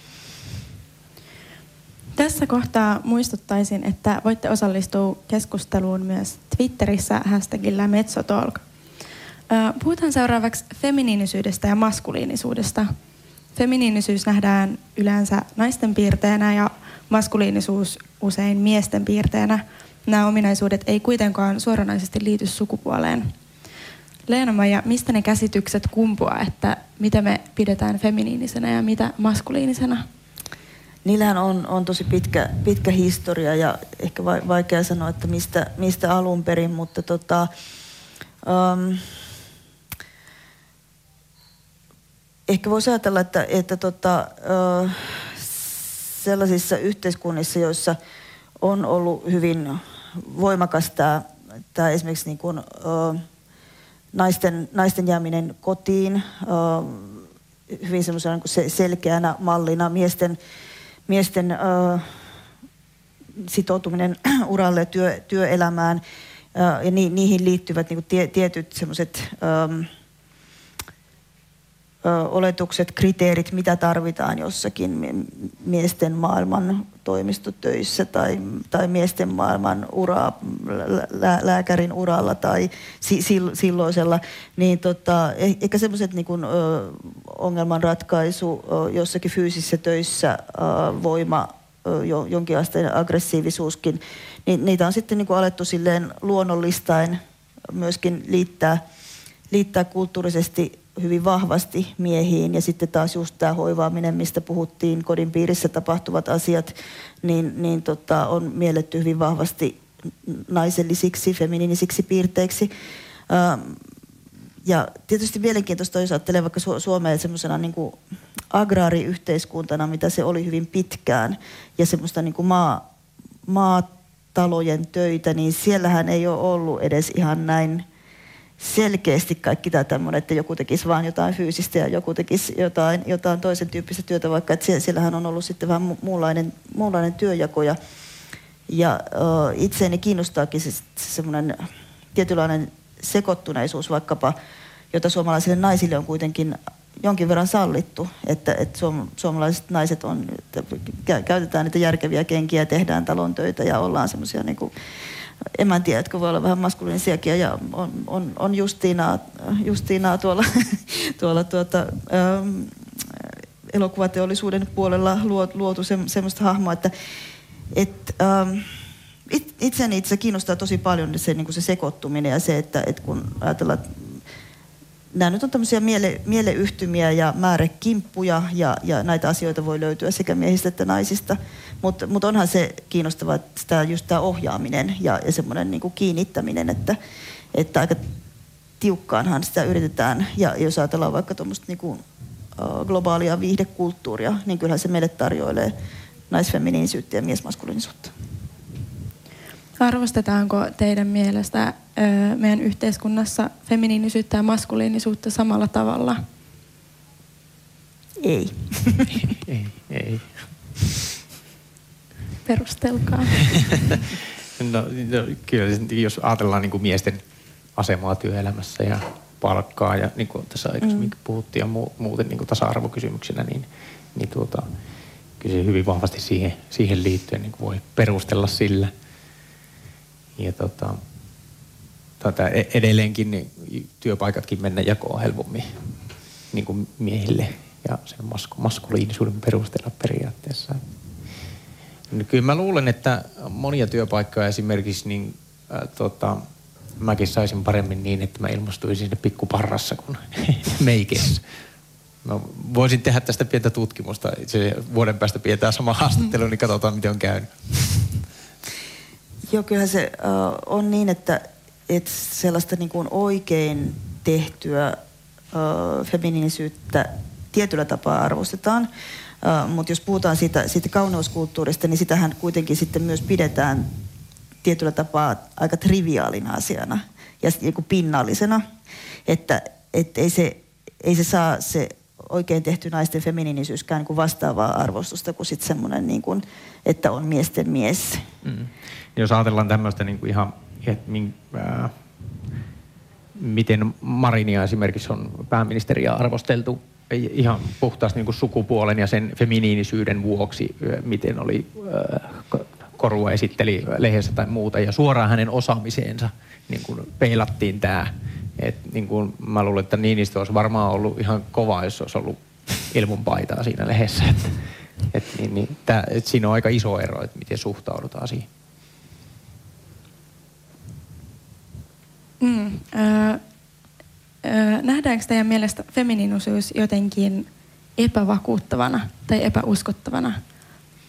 Tässä kohtaa muistuttaisin, että voitte osallistua keskusteluun myös Twitterissä hashtagillä Metsotalk. Puhutaan seuraavaksi feminiinisyydestä ja maskuliinisuudesta. Feminiinisyys nähdään yleensä naisten piirteenä ja maskuliinisuus usein miesten piirteenä. Nämä ominaisuudet ei kuitenkaan suoranaisesti liity sukupuoleen. Leena-Maija, mistä ne käsitykset kumpuaa, että mitä me pidetään feminiinisenä ja mitä maskuliinisena? Niillähän on tosi pitkä historia ja ehkä vaikea sanoa, että mistä alun perin, mutta ehkä voisi ajatella, että sellaisissa yhteiskunnissa, joissa on ollut hyvin voimakas tämä esimerkiksi niin kuin, naisten jääminen kotiin, hyvin semmoisena niin selkeänä mallina, miesten sitoutuminen uralle ja työelämään ja niihin liittyvät niin kuin tietyt semmoiset oletukset, kriteerit, mitä tarvitaan jossakin miesten maailman toimistotöissä tai miesten maailman lääkärin uralla tai silloisella, niin ehkä semmoiset niin kuin ongelmanratkaisu jossakin fyysisissä töissä, voima, jonkinasteinen aggressiivisuuskin, niin niitä on sitten niin kuin alettu silleen luonnollistain myöskin liittää kulttuurisesti hyvin vahvasti miehiin, ja sitten taas just tämä hoivaaminen, mistä puhuttiin, kodin piirissä tapahtuvat asiat, niin on mielletty hyvin vahvasti naisellisiksi, feminiinisiksi piirteiksi. Ja tietysti mielenkiintoista, jos ajattelee vaikka Suomea semmoisena niin kuin agraariyhteiskuntana, mitä se oli hyvin pitkään, ja semmoista niin kuin maatalojen töitä, niin siellähän ei ole ollut edes ihan näin selkeästi kaikki tämä tämmöinen, että joku tekisi vaan jotain fyysistä ja joku tekisi jotain toisen tyyppistä työtä, vaikka että siellähän on ollut sitten vähän muunlainen työjako. Ja itseäni kiinnostaakin se semmoinen tietynlainen sekoittuneisuus vaikkapa, jota suomalaisille naisille on kuitenkin jonkin verran sallittu, että suomalaiset naiset käytetään niitä järkeviä kenkiä, tehdään talon töitä ja ollaan semmoisia niinku emäntiä, jotka voi olla vähän maskuliinisiakin, ja on Justiinaa tuolla elokuvateollisuuden puolella luotu semmoista hahmoa, että itseäni itse kiinnostaa tosi paljon se, niin kuin se sekoittuminen ja se, että kun ajatellaan, että nämä nyt on tämmöisiä mieleyhtymiä ja määrekimppuja ja näitä asioita voi löytyä sekä miehistä että naisista, mutta onhan se kiinnostavaa, että just tämä ohjaaminen ja semmoinen niin kuin kiinnittäminen, että aika tiukkaanhan sitä yritetään, ja jos ajatellaan vaikka tuommoista niin kuin globaalia viihdekulttuuria, niin kyllähän se meille tarjoilee naisfeminiinisyyttä ja miesmaskuliinisuutta. Arvostetaanko teidän mielestä meidän yhteiskunnassa feminiinisyyttä ja maskuliinisuutta samalla tavalla? Ei. Ei. Perustelkaa. No, kyllä, jos ajatellaan niin kuin miesten asemaa työelämässä ja palkkaa ja niin kuin tässä aikaisemmin puhuttiin ja muuten niin kuin tasa-arvokysymyksenä, niin kyllä se hyvin vahvasti siihen liittyen niin kuin voi perustella sillä. Ja edelleenkin niin työpaikatkin mennä jakoon helpommin niin kuin miehille ja sen maskuliinisuuden perusteella periaatteessa. Kyllä mä luulen, että monia työpaikkoja esimerkiksi niin, mäkin saisin paremmin niin, että mä ilmastuisin sinne pikkuparrassa kuin meikessä. Mä voisin tehdä tästä pientä tutkimusta. Se vuoden päästä pidetään sama haastattelu, niin katsotaan miten on käynyt. Joo, kyllähän se on niin, että sellaista niin kuin oikein tehtyä feminiinisyyttä tietyllä tapaa arvostetaan. Mutta jos puhutaan siitä kauneuskulttuurista, niin sitähän kuitenkin sitten myös pidetään tietyllä tapaa aika triviaalina asiana ja niin pinnallisena, että ei se saa se oikein tehty naisten feminiinisyyskään niin vastaavaa arvostusta kuin sitten semmoinen, niin kuin, että on miesten mies. Jos ajatellaan tämmöistä niin kuin ihan, miten Marinia esimerkiksi on pääministeriä arvosteltu ihan puhtaasti niin kuin sukupuolen ja sen feminiinisyyden vuoksi, miten oli Korua esitteli lehdessä tai muuta, ja suoraan hänen osaamiseensa niin kuin peilattiin tämä. Niin kuin mä luulen, että Niinistö olisi varmaan ollut ihan kova, jos olisi ollut ilmunpaitaa siinä lehdessä. Siinä on aika iso ero, että miten suhtaudutaan siihen. Nähdäänkö teidän mielestä feminiinisuus jotenkin epävakuuttavana tai epäuskottavana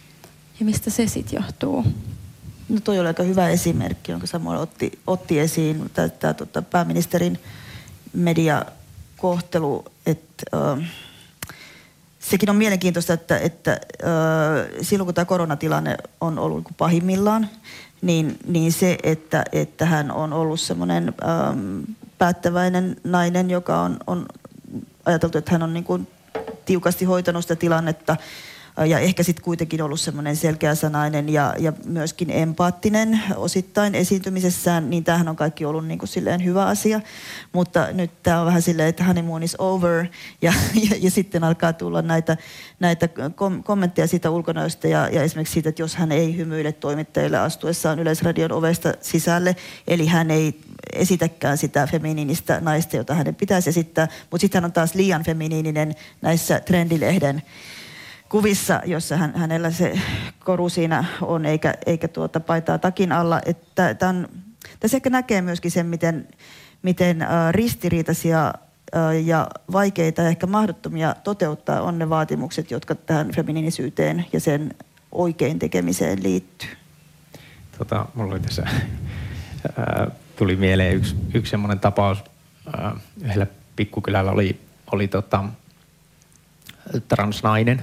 ja mistä se sitten johtuu? No toi oli aika hyvä esimerkki, jonka Samuel otti esiin, tämä pääministerin mediakohtelu, että sekin on mielenkiintoista, että silloin kun tämä koronatilanne on ollut pahimmillaan, niin se, että hän on ollut semmoinen päättäväinen nainen, joka on ajateltu, että hän on niin kuin tiukasti hoitanut sitä tilannetta ja ehkä sitten kuitenkin ollut semmoinen selkeäsanainen ja myöskin empaattinen osittain esiintymisessään, niin tämähän on kaikki ollut niin kuin silleen hyvä asia. Mutta nyt tämä on vähän silleen, että honeymoon is over ja sitten alkaa tulla näitä kommentteja siitä ulkonäöstä ja esimerkiksi siitä, että jos hän ei hymyile toimittajille astuessaan Yleisradion ovesta sisälle, eli hän ei esitäkään sitä feminiinistä naista, jota hänen pitäisi esittää, mutta sitten hän on taas liian feminiininen näissä Trendilehden kuvissa, jossa hänellä se koru siinä on, eikä paitaa takin alla. Että tässä ehkä näkee myöskin sen, miten ristiriitaisia ja vaikeita ja ehkä mahdottomia toteuttaa on ne vaatimukset, jotka tähän feminiinisyyteen ja sen oikein tekemiseen liittyy. Mulla oli tässä, tuli mieleen yksi semmoinen tapaus, yhdellä pikkukylällä oli transnainen,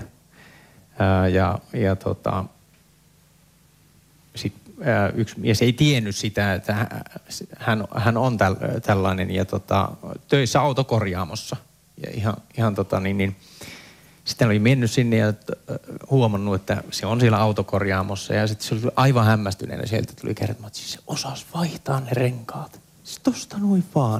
sit yksi mies ei tiennyt sitä, että hän on tällainen ja töissä autokorjaamossa. Ja sitten oli mennyt sinne ja huomannut, että se on siellä autokorjaamossa ja sitten se oli aivan hämmästyneenä. Sieltä tuli kertomaan, että siis se osasi vaihtaa ne renkaat. Siis tosta noin vaan.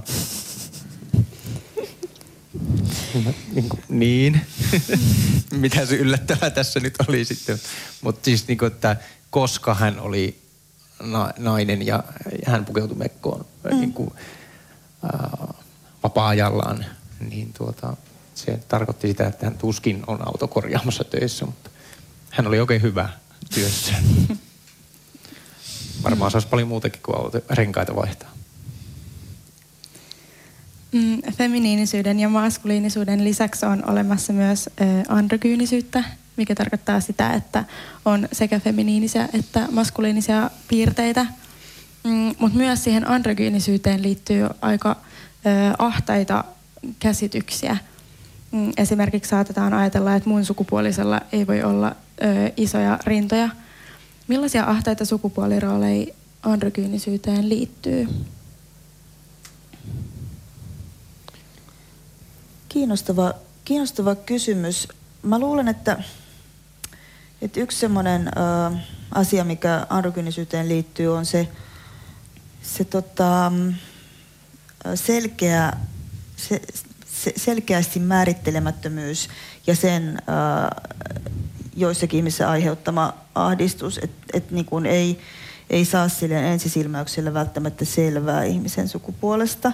Niin. Mitä se yllättävää tässä nyt oli sitten. Mutta siis niin kuin, että koska hän oli nainen ja hän pukeutui mekkoon niin kuin, vapaa-ajallaan, niin se tarkoitti sitä, että hän tuskin on autokorjaamassa töissä, mutta hän oli oikein hyvä työssä. Varmaan saisi paljon muutakin kuin renkaita vaihtaa. Feminiinisyyden ja maskuliinisuuden lisäksi on olemassa myös androgyynisyyttä, mikä tarkoittaa sitä, että on sekä feminiinisiä että maskuliinisia piirteitä. Mutta myös siihen androgyynisyyteen liittyy aika ahtaita käsityksiä. Esimerkiksi saatetaan ajatella, että mun sukupuolisella ei voi olla isoja rintoja. Millaisia ahtaita sukupuolirooleja androgyynisyyteen liittyy? Kiinnostava kysymys. Mä luulen, että yksi semmoinen asia, mikä androgyynisyyteen liittyy, on se selkeästi määrittelemättömyys ja sen joissakin ihmisissä aiheuttama ahdistus, että niin kuin ei saa silleen ensisilmäyksellä välttämättä selvää ihmisen sukupuolesta.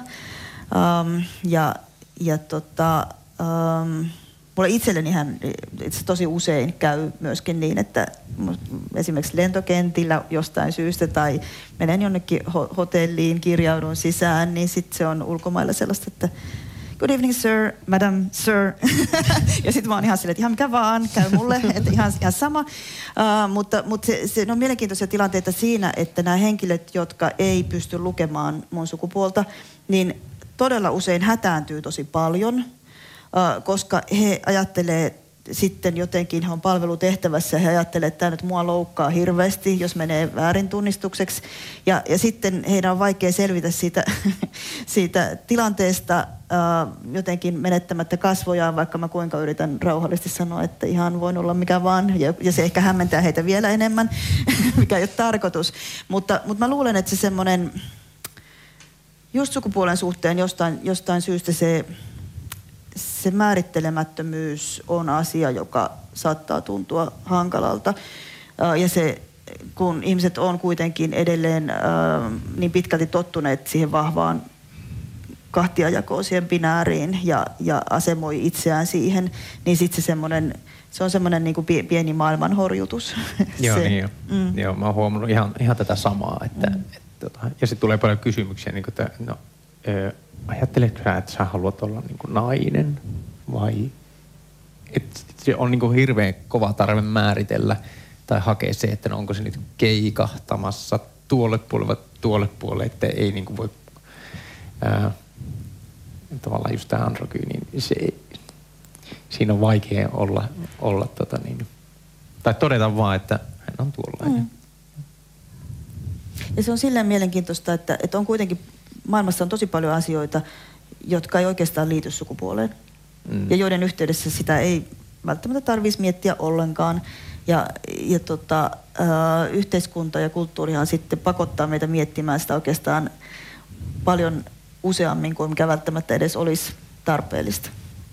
Mulla itselleni se tosi usein käy myöskin niin, että esimerkiksi lentokentillä jostain syystä tai menen jonnekin hotelliin, kirjaudun sisään, niin sitten se on ulkomailla sellaista, että good evening sir, madam sir. Ja sitten mä oon ihan silleen, että ihan mikä vaan, käy mulle, että ihan sama. Mutta se on mielenkiintoisia tilanteita siinä, että nämä henkilöt, jotka ei pysty lukemaan mun sukupuolta, niin todella usein hätääntyy tosi paljon, koska he ajattelee sitten jotenkin, he on palvelutehtävässä, he ajattelee, että tämä nyt mua loukkaa hirveästi, jos menee väärin tunnistukseksi. Ja sitten heidän on vaikea selvitä siitä tilanteesta jotenkin menettämättä kasvojaan, vaikka mä kuinka yritän rauhallisesti sanoa, että ihan voin olla mikä vaan. Ja se ehkä hämmentää heitä vielä enemmän, mikä ei ole tarkoitus. Mutta mä luulen, että se semmoinen, just sukupuolen suhteen jostain syystä se määrittelemättömyys on asia, joka saattaa tuntua hankalalta. Ja se, kun ihmiset on kuitenkin edelleen niin pitkälti tottuneet siihen vahvaan kahtiajakoon, siihen binääriin ja asemoi itseään siihen, niin sitten se on semmoinen niin kuin pieni maailmanhorjutus. Joo, niin jo. Joo, mä oon huomannut ihan tätä samaa. Ja sitten tulee paljon kysymyksiä, niin kuin, että ajatteletko sä, että sä haluat olla niin kuin nainen vai? Se on niin kuin hirveän kova tarve määritellä tai hakea se, että no onko se nyt keikahtamassa tuolle puolelle, että ei niin kuin voi tavallaan just tämä androgyyni, niin siinä on vaikea olla tai todeta vaan, että hän on tuollainen. Ja se on silleen mielenkiintoista, että on kuitenkin maailmassa on tosi paljon asioita, jotka ei oikeastaan liity sukupuoleen. Ja joiden yhteydessä sitä ei välttämättä tarvitsisi miettiä ollenkaan. Ja yhteiskunta ja kulttuurihan sitten pakottaa meitä miettimään sitä oikeastaan paljon useammin kuin mikä välttämättä edes olisi tarpeellista.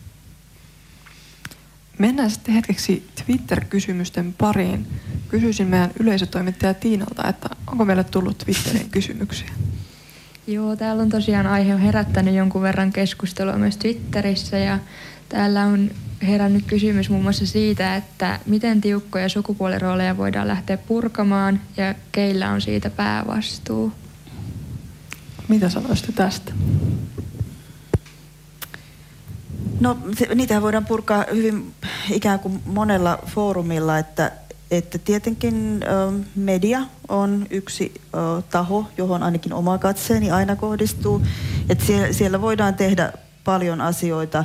Mennään sitten hetkeksi Twitter-kysymysten pariin. Kysyisin meidän yleisötoimittaja Tiinalta, että onko meille tullut Twitterin kysymyksiä? Joo, täällä on tosiaan aihe herättänyt jonkun verran keskustelua myös Twitterissä ja täällä on herännyt kysymys muun muassa siitä, että miten tiukkoja sukupuolirooleja voidaan lähteä purkamaan ja keillä on siitä päävastuu. Mitä sanoisitte tästä? No niitähän voidaan purkaa hyvin ikään kuin monella foorumilla, että tietenkin media on yksi taho, johon ainakin oma katseeni aina kohdistuu. Että siellä voidaan tehdä paljon asioita.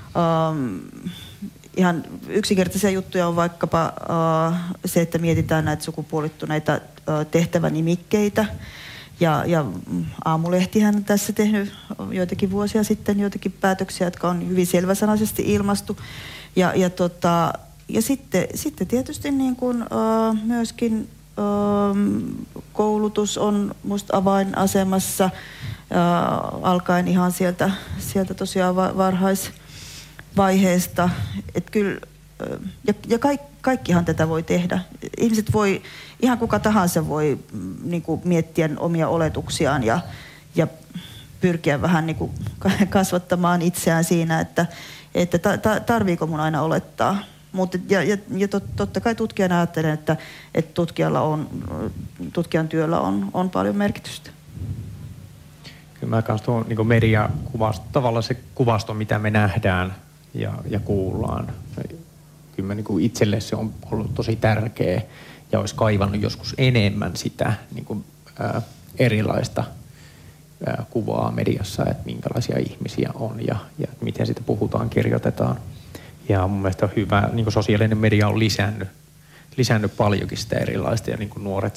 Ihan yksinkertaisia juttuja on vaikkapa se, että mietitään näitä sukupuolittuneita tehtävänimikkeitä. Ja Aamulehtihän on tässä tehnyt joitakin vuosia sitten joitakin päätöksiä, jotka on hyvin selväsanaisesti ilmaistu. Ja sitten tietysti niin kuin, myöskin koulutus on musta avainasemassa alkaen ihan sieltä tosiaan varhaisvaiheesta. Et kyllä, ja kaikkihan tätä voi tehdä. Ihmiset voi, ihan kuka tahansa voi niin kuin miettiä omia oletuksiaan ja pyrkiä vähän niin kuin kasvattamaan itseään siinä, että tarviiko mun aina olettaa. Mutta totta kai tutkijana ajattelen, että tutkijan työllä on paljon merkitystä. Kyllä mä kanssa tuon niin mediakuvasto, tavallaan se kuvasto, mitä me nähdään ja kuullaan. Kyllä niin kuin itselle se on ollut tosi tärkeä ja olisi kaivannut joskus enemmän sitä niin kuin, erilaista kuvaa mediassa, että minkälaisia ihmisiä on ja miten sitä puhutaan, kirjoitetaan. Ja mun mielestä on hyvä, niin kuin sosiaalinen media on lisännyt paljonkin sitä erilaista ja niin kuin nuoret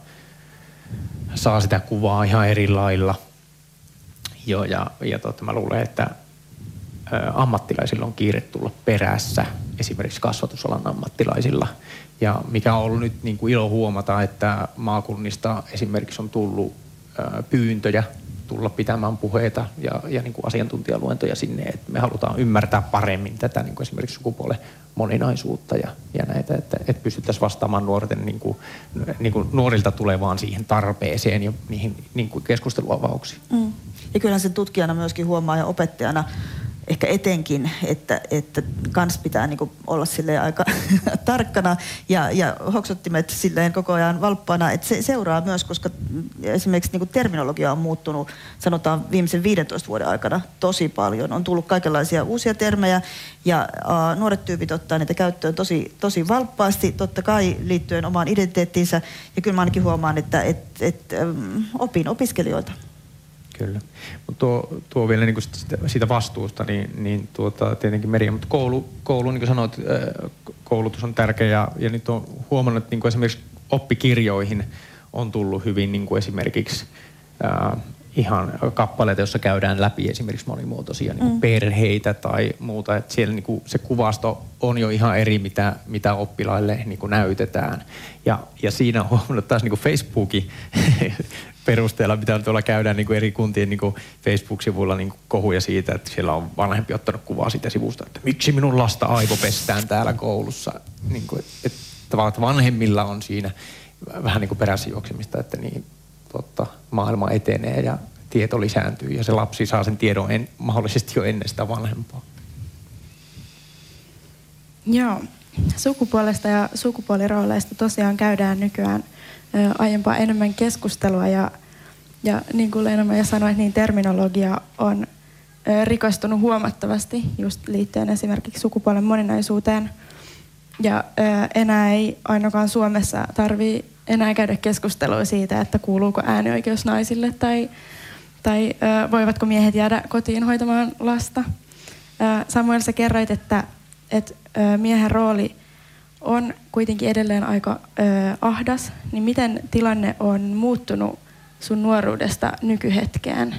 saa sitä kuvaa ihan eri lailla. Joo, ja mä luulen, että ammattilaisilla on kiire tulla perässä, esimerkiksi kasvatusalan ammattilaisilla. Ja mikä on ollut nyt niin kuin ilo huomata, että maakunnista esimerkiksi on tullut pyyntöjä tulla pitämään puheita ja niin kuin asiantuntijaluentoja sinne, että me halutaan ymmärtää paremmin tätä niin kuin esimerkiksi sukupuolen moninaisuutta ja näitä, että pystyttäisiin vastaamaan nuorten niin kuin nuorilta tulevaan siihen tarpeeseen ja niihin niin kuin keskusteluavauksiin. Ja kyllähän sen tutkijana myöskin huomaa ja opettajana ehkä etenkin, että kans pitää niinku olla silleen aika tarkkana ja hoksottimet silleen koko ajan valppaana, että se seuraa myös, koska esimerkiksi niinku terminologia on muuttunut, sanotaan viimeisen 15 vuoden aikana tosi paljon. On tullut kaikenlaisia uusia termejä ja nuoret tyypit ottaa niitä käyttöön tosi valppaasti, totta kai liittyen omaan identiteettiinsä. Ja kyllä mä ainakin huomaan, että opin opiskelijoilta. Kyllä. Mutta tuo vielä niin siitä vastuusta, niin tietenkin media, mutta koulu niin kuin sanoit, koulutus on tärkeä ja nyt on huomannut, että niin kuin esimerkiksi oppikirjoihin on tullut hyvin niin kuin esimerkiksi ihan kappaleita, joissa käydään läpi esimerkiksi monimuotoisia niin kuin perheitä tai muuta, että siellä niin kuin se kuvasto on jo ihan eri, mitä oppilaille niin kuin näytetään. Ja siinä on huomannut taas niin kuin Facebookin perusteella, mitä tuolla käydään niin kuin eri kuntien niin kuin Facebook-sivuilla niin kuin kohuja siitä, että siellä on vanhempi ottanut kuvaa siitä sivusta, että miksi minun lasta aivopestään täällä koulussa. Niin kuin, että vanhemmilla on siinä vähän niin kuin perässä juoksemista, että niin, maailma etenee ja tieto lisääntyy ja se lapsi saa sen tiedon mahdollisesti jo ennen sitä vanhempaa. Joo, sukupuolesta ja sukupuolirooleista tosiaan käydään nykyään aiempaa enemmän keskustelua ja niin kuin Leena-Maija sanoi, niin terminologia on rikastunut huomattavasti just liittyen esimerkiksi sukupuolen moninaisuuteen. Ja enää ei ainakaan Suomessa tarvitse enää käydä keskustelua siitä, että kuuluuko äänioikeus naisille tai voivatko miehet jäädä kotiin hoitamaan lasta. Samuel, sä kerroit, että miehen rooli on kuitenkin edelleen aika ahdas, niin miten tilanne on muuttunut sun nuoruudesta nykyhetkeen?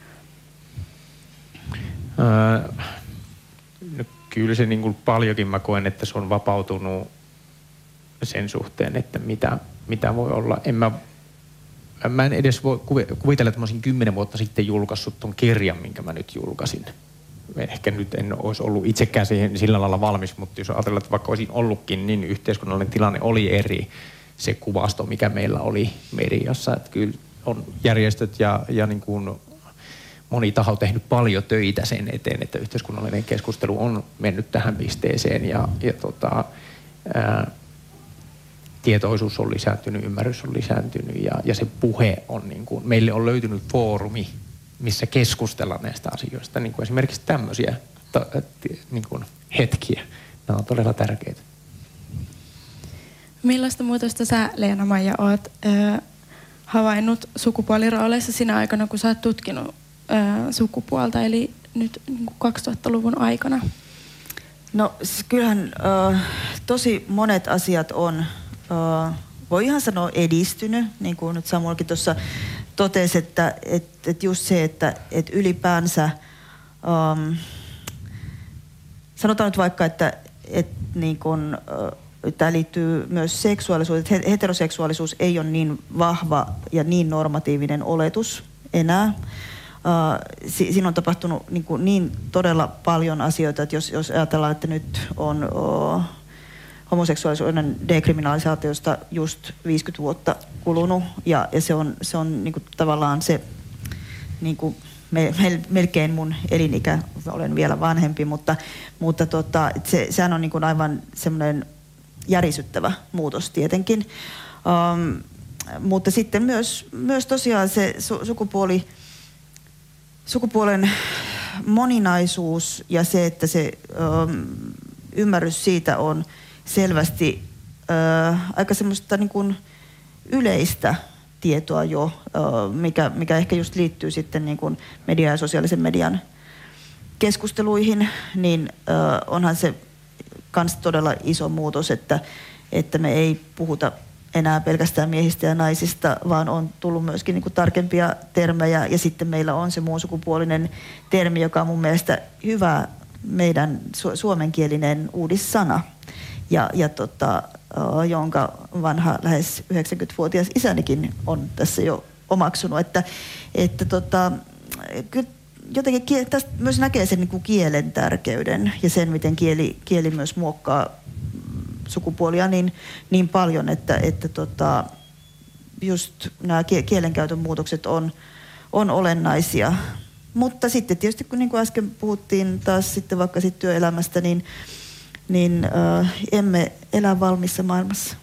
No, kyllä se niin kuin paljonkin mä koen, että se on vapautunut sen suhteen, että mitä voi olla. Mä en edes voi kuvitella, että mä olisin 10 vuotta sitten julkaissut ton kirjan, minkä mä nyt julkaisin. Ehkä nyt en olisi ollut itsekään siihen sillä lailla valmis, mutta jos ajatellaan, että vaikka olisin ollutkin, niin yhteiskunnallinen tilanne oli eri se kuvasto, mikä meillä oli mediassa. Että kyllä on järjestöt ja niin kuin moni taho tehnyt paljon töitä sen eteen, että yhteiskunnallinen keskustelu on mennyt tähän pisteeseen tietoisuus on lisääntynyt, ymmärrys on lisääntynyt ja se puhe on niin kuin, meille on löytynyt foorumi, missä keskustellaan näistä asioista, niin kuin esimerkiksi tämmöisiä niin kuin hetkiä. Nämä on todella tärkeitä. Millaista muutosta sä, Leena-Maija, oot havainnut sukupuolirooleissa sinä aikana, kun sä oot tutkinut sukupuolta, eli nyt niin kuin 2000-luvun aikana? No siis kyllähän tosi monet asiat on, voi ihan sanoa edistynyt, niin kuin nyt Samuelkin tuossa totesi, että just se, että ylipäänsä, sanotaan nyt vaikka, että niin kuin, tämä liittyy myös seksuaalisuuteen, että heteroseksuaalisuus ei ole niin vahva ja niin normatiivinen oletus enää. Siinä on tapahtunut niin todella paljon asioita, että jos ajatellaan, että nyt on homoseksuaalisuuden dekriminalisaatiosta just 50 vuotta kulunut ja se on niin kuin tavallaan se niin kuin melkein mun elinikä, olen vielä vanhempi, mutta sehän on niin kuin aivan semmoinen järisyttävä muutos tietenkin. Mutta sitten myös tosiaan se sukupuolen moninaisuus ja se, että se ymmärrys siitä on selvästi aika semmoista niin kuin yleistä tietoa jo, mikä ehkä just liittyy sitten niin kuin median ja sosiaalisen median keskusteluihin, niin onhan se kans todella iso muutos, että me ei puhuta enää pelkästään miehistä ja naisista, vaan on tullut myöskin niin kuin tarkempia termejä ja sitten meillä on se muunsukupuolinen termi, joka on mun mielestä hyvä meidän suomenkielinen uudissana ja jonka vanha lähes 90-vuotias isänikin on tässä jo omaksunut, että kyllä jotenkin tästä myös näkee sen niin kuin kielen tärkeyden ja sen, miten kieli myös muokkaa sukupuolia niin paljon, että just nämä kielenkäytön muutokset on olennaisia. Mutta sitten tietysti, kun niin kuin äsken puhuttiin taas sitten vaikka sit työelämästä, niin emme elä valmissa maailmassa.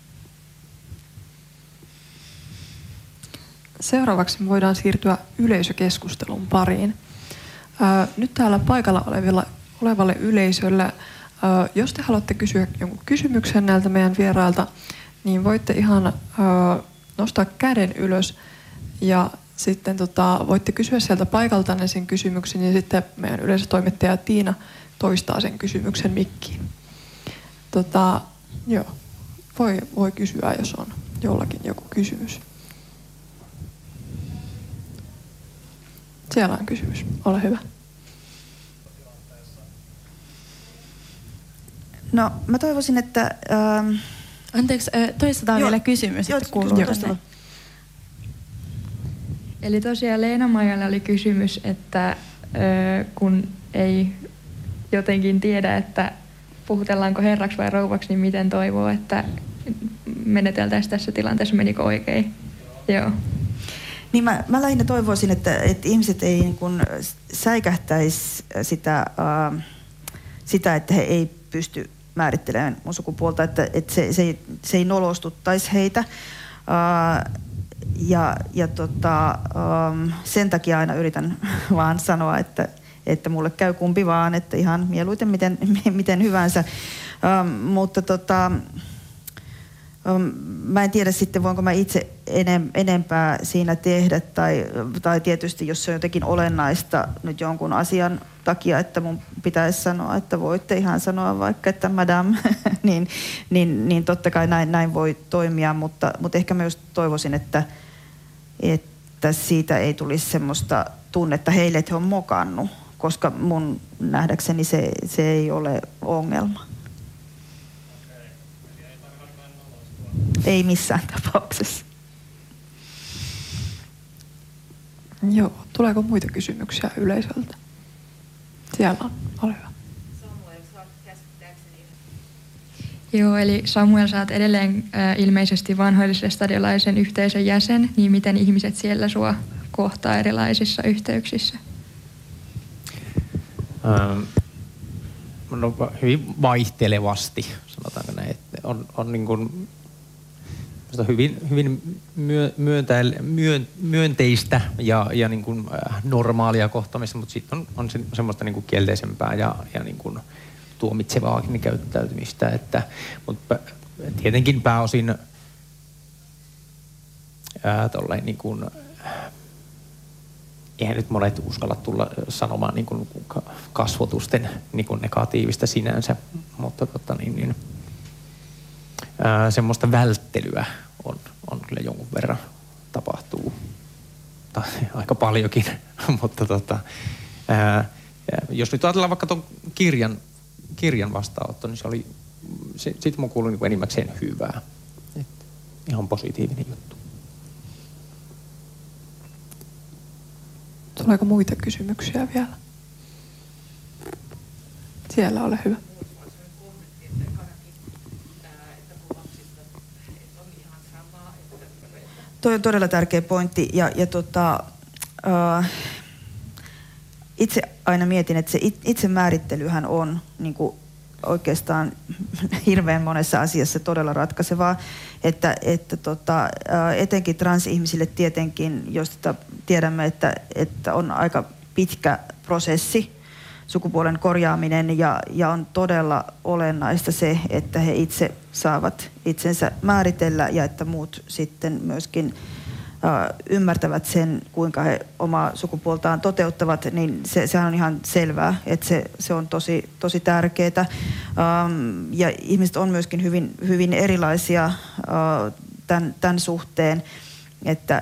Seuraavaksi me voidaan siirtyä yleisökeskustelun pariin. Nyt täällä paikalla olevalle yleisölle, jos te haluatte kysyä jonkun kysymyksen näiltä meidän vierailta, niin voitte ihan nostaa käden ylös ja sitten voitte kysyä sieltä paikaltanne sen kysymyksen ja sitten meidän yleisötoimittaja Tiina toistaa sen kysymyksen mikkiin. Joo, voi kysyä, jos on jollakin joku kysymys. Siellä on kysymys. Ole hyvä. No, mä toivoisin, että... Anteeksi, toistetaan vielä kysymys, että kuuluu tänne. Eli tosiaan Leena-Maijalle oli kysymys, että kun ei jotenkin tiedä, että puhutellaanko herraksi vai rouvaksi, niin miten toivoo, että meneteltäisiin tässä tilanteessa, menikö oikein? Joo. Niin mä lähinnä toivoisin, että ihmiset ei niin kuin säikähtäisi sitä, että he ei pysty määrittelemään mun sukupuolta, että se ei nolostuttaisi heitä. Sen takia aina yritän vaan sanoa, että että mulle käy kumpi vaan, että ihan mieluiten miten hyvänsä. Mutta mä en tiedä sitten, voinko mä itse enempää siinä tehdä tai tietysti, jos se on jotenkin olennaista nyt jonkun asian takia, että mun pitäisi sanoa, että voitte ihan sanoa vaikka, että madame, niin totta kai näin voi toimia, mutta ehkä mä just toivoisin, että siitä ei tulisi semmoista tunnetta heille, että he on mokannut, koska mun nähdäkseni se ei ole ongelma. Ei missään tapauksessa. Joo, tuleeko muita kysymyksiä yleisöltä? Siellä on, ole hyvä. Samuel, sä oot käsittääkseni. Joo, eli Samuel, sä oot edelleen ilmeisesti vanhoillislestadiolaisen yhteisön jäsen, niin miten ihmiset siellä sua kohtaa erilaisissa yhteyksissä? No, hyvin vaihtelevasti, sanotaanko näin. Että on niin kuin hyvin myönteistä ja niin kuin normaalia kohtaamista, mutta sitten on semmoista niin kuin kielteisempää ja niin kuin tuomitsevaakin käyttäytymistä. Mutta tietenkin pääosin niin kuin, eihän nyt monet uskalla tulla sanomaan niin kuin kasvotusten niin kuin negatiivista sinänsä, mutta semmoista välttelyä on kyllä jonkun verran tapahtuu, tai aika paljonkin, mutta jos nyt ajatellaan vaikka tuon kirjan vastaanotto, niin siitä mun kuului niin enimmäkseen hyvää. Ihan positiivinen juttu. Tuleeko muita kysymyksiä vielä? Siellä ole hyvä. Toi on todella tärkeä pointti ja itse aina mietin, että se itsemäärittelyhän on niin kuin oikeastaan hirveän monessa asiassa todella ratkaisevaa, että etenkin transihmisille tietenkin, josta tiedämme, että on aika pitkä prosessi sukupuolen korjaaminen ja on todella olennaista se, että he itse saavat itsensä määritellä ja että muut sitten myöskin ymmärtävät sen, kuinka he omaa sukupuoltaan toteuttavat, niin sehän on ihan selvää, että se on tosi tärkeää. Ja ihmiset on myöskin hyvin erilaisia tämän suhteen, että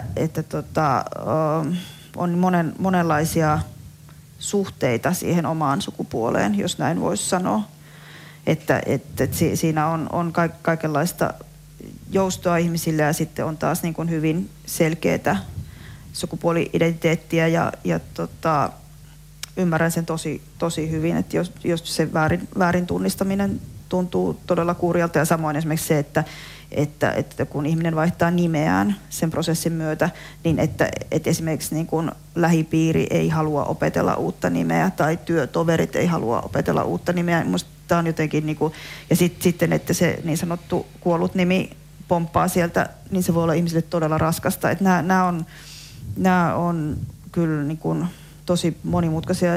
on monenlaisia suhteita siihen omaan sukupuoleen, jos näin voisi sanoa. Että siinä on kaikenlaista joustoa ihmisille ja sitten on taas niin kuin hyvin selkeää sukupuoli-identiteettiä ja ymmärrän sen tosi hyvin, että jos se väärin tunnistaminen tuntuu todella kurjalta ja samoin esimerkiksi se, että kun ihminen vaihtaa nimeään sen prosessin myötä, niin että esimerkiksi niin kuin lähipiiri ei halua opetella uutta nimeä tai työtoverit ei halua opetella uutta nimeä. Minusta tämä on jotenkin, niin kuin, ja sitten, että se niin sanottu kuollut nimi pomppaa sieltä, niin se voi olla ihmisille todella raskasta. Että nämä on kyllä niin kuin tosi monimutkaisia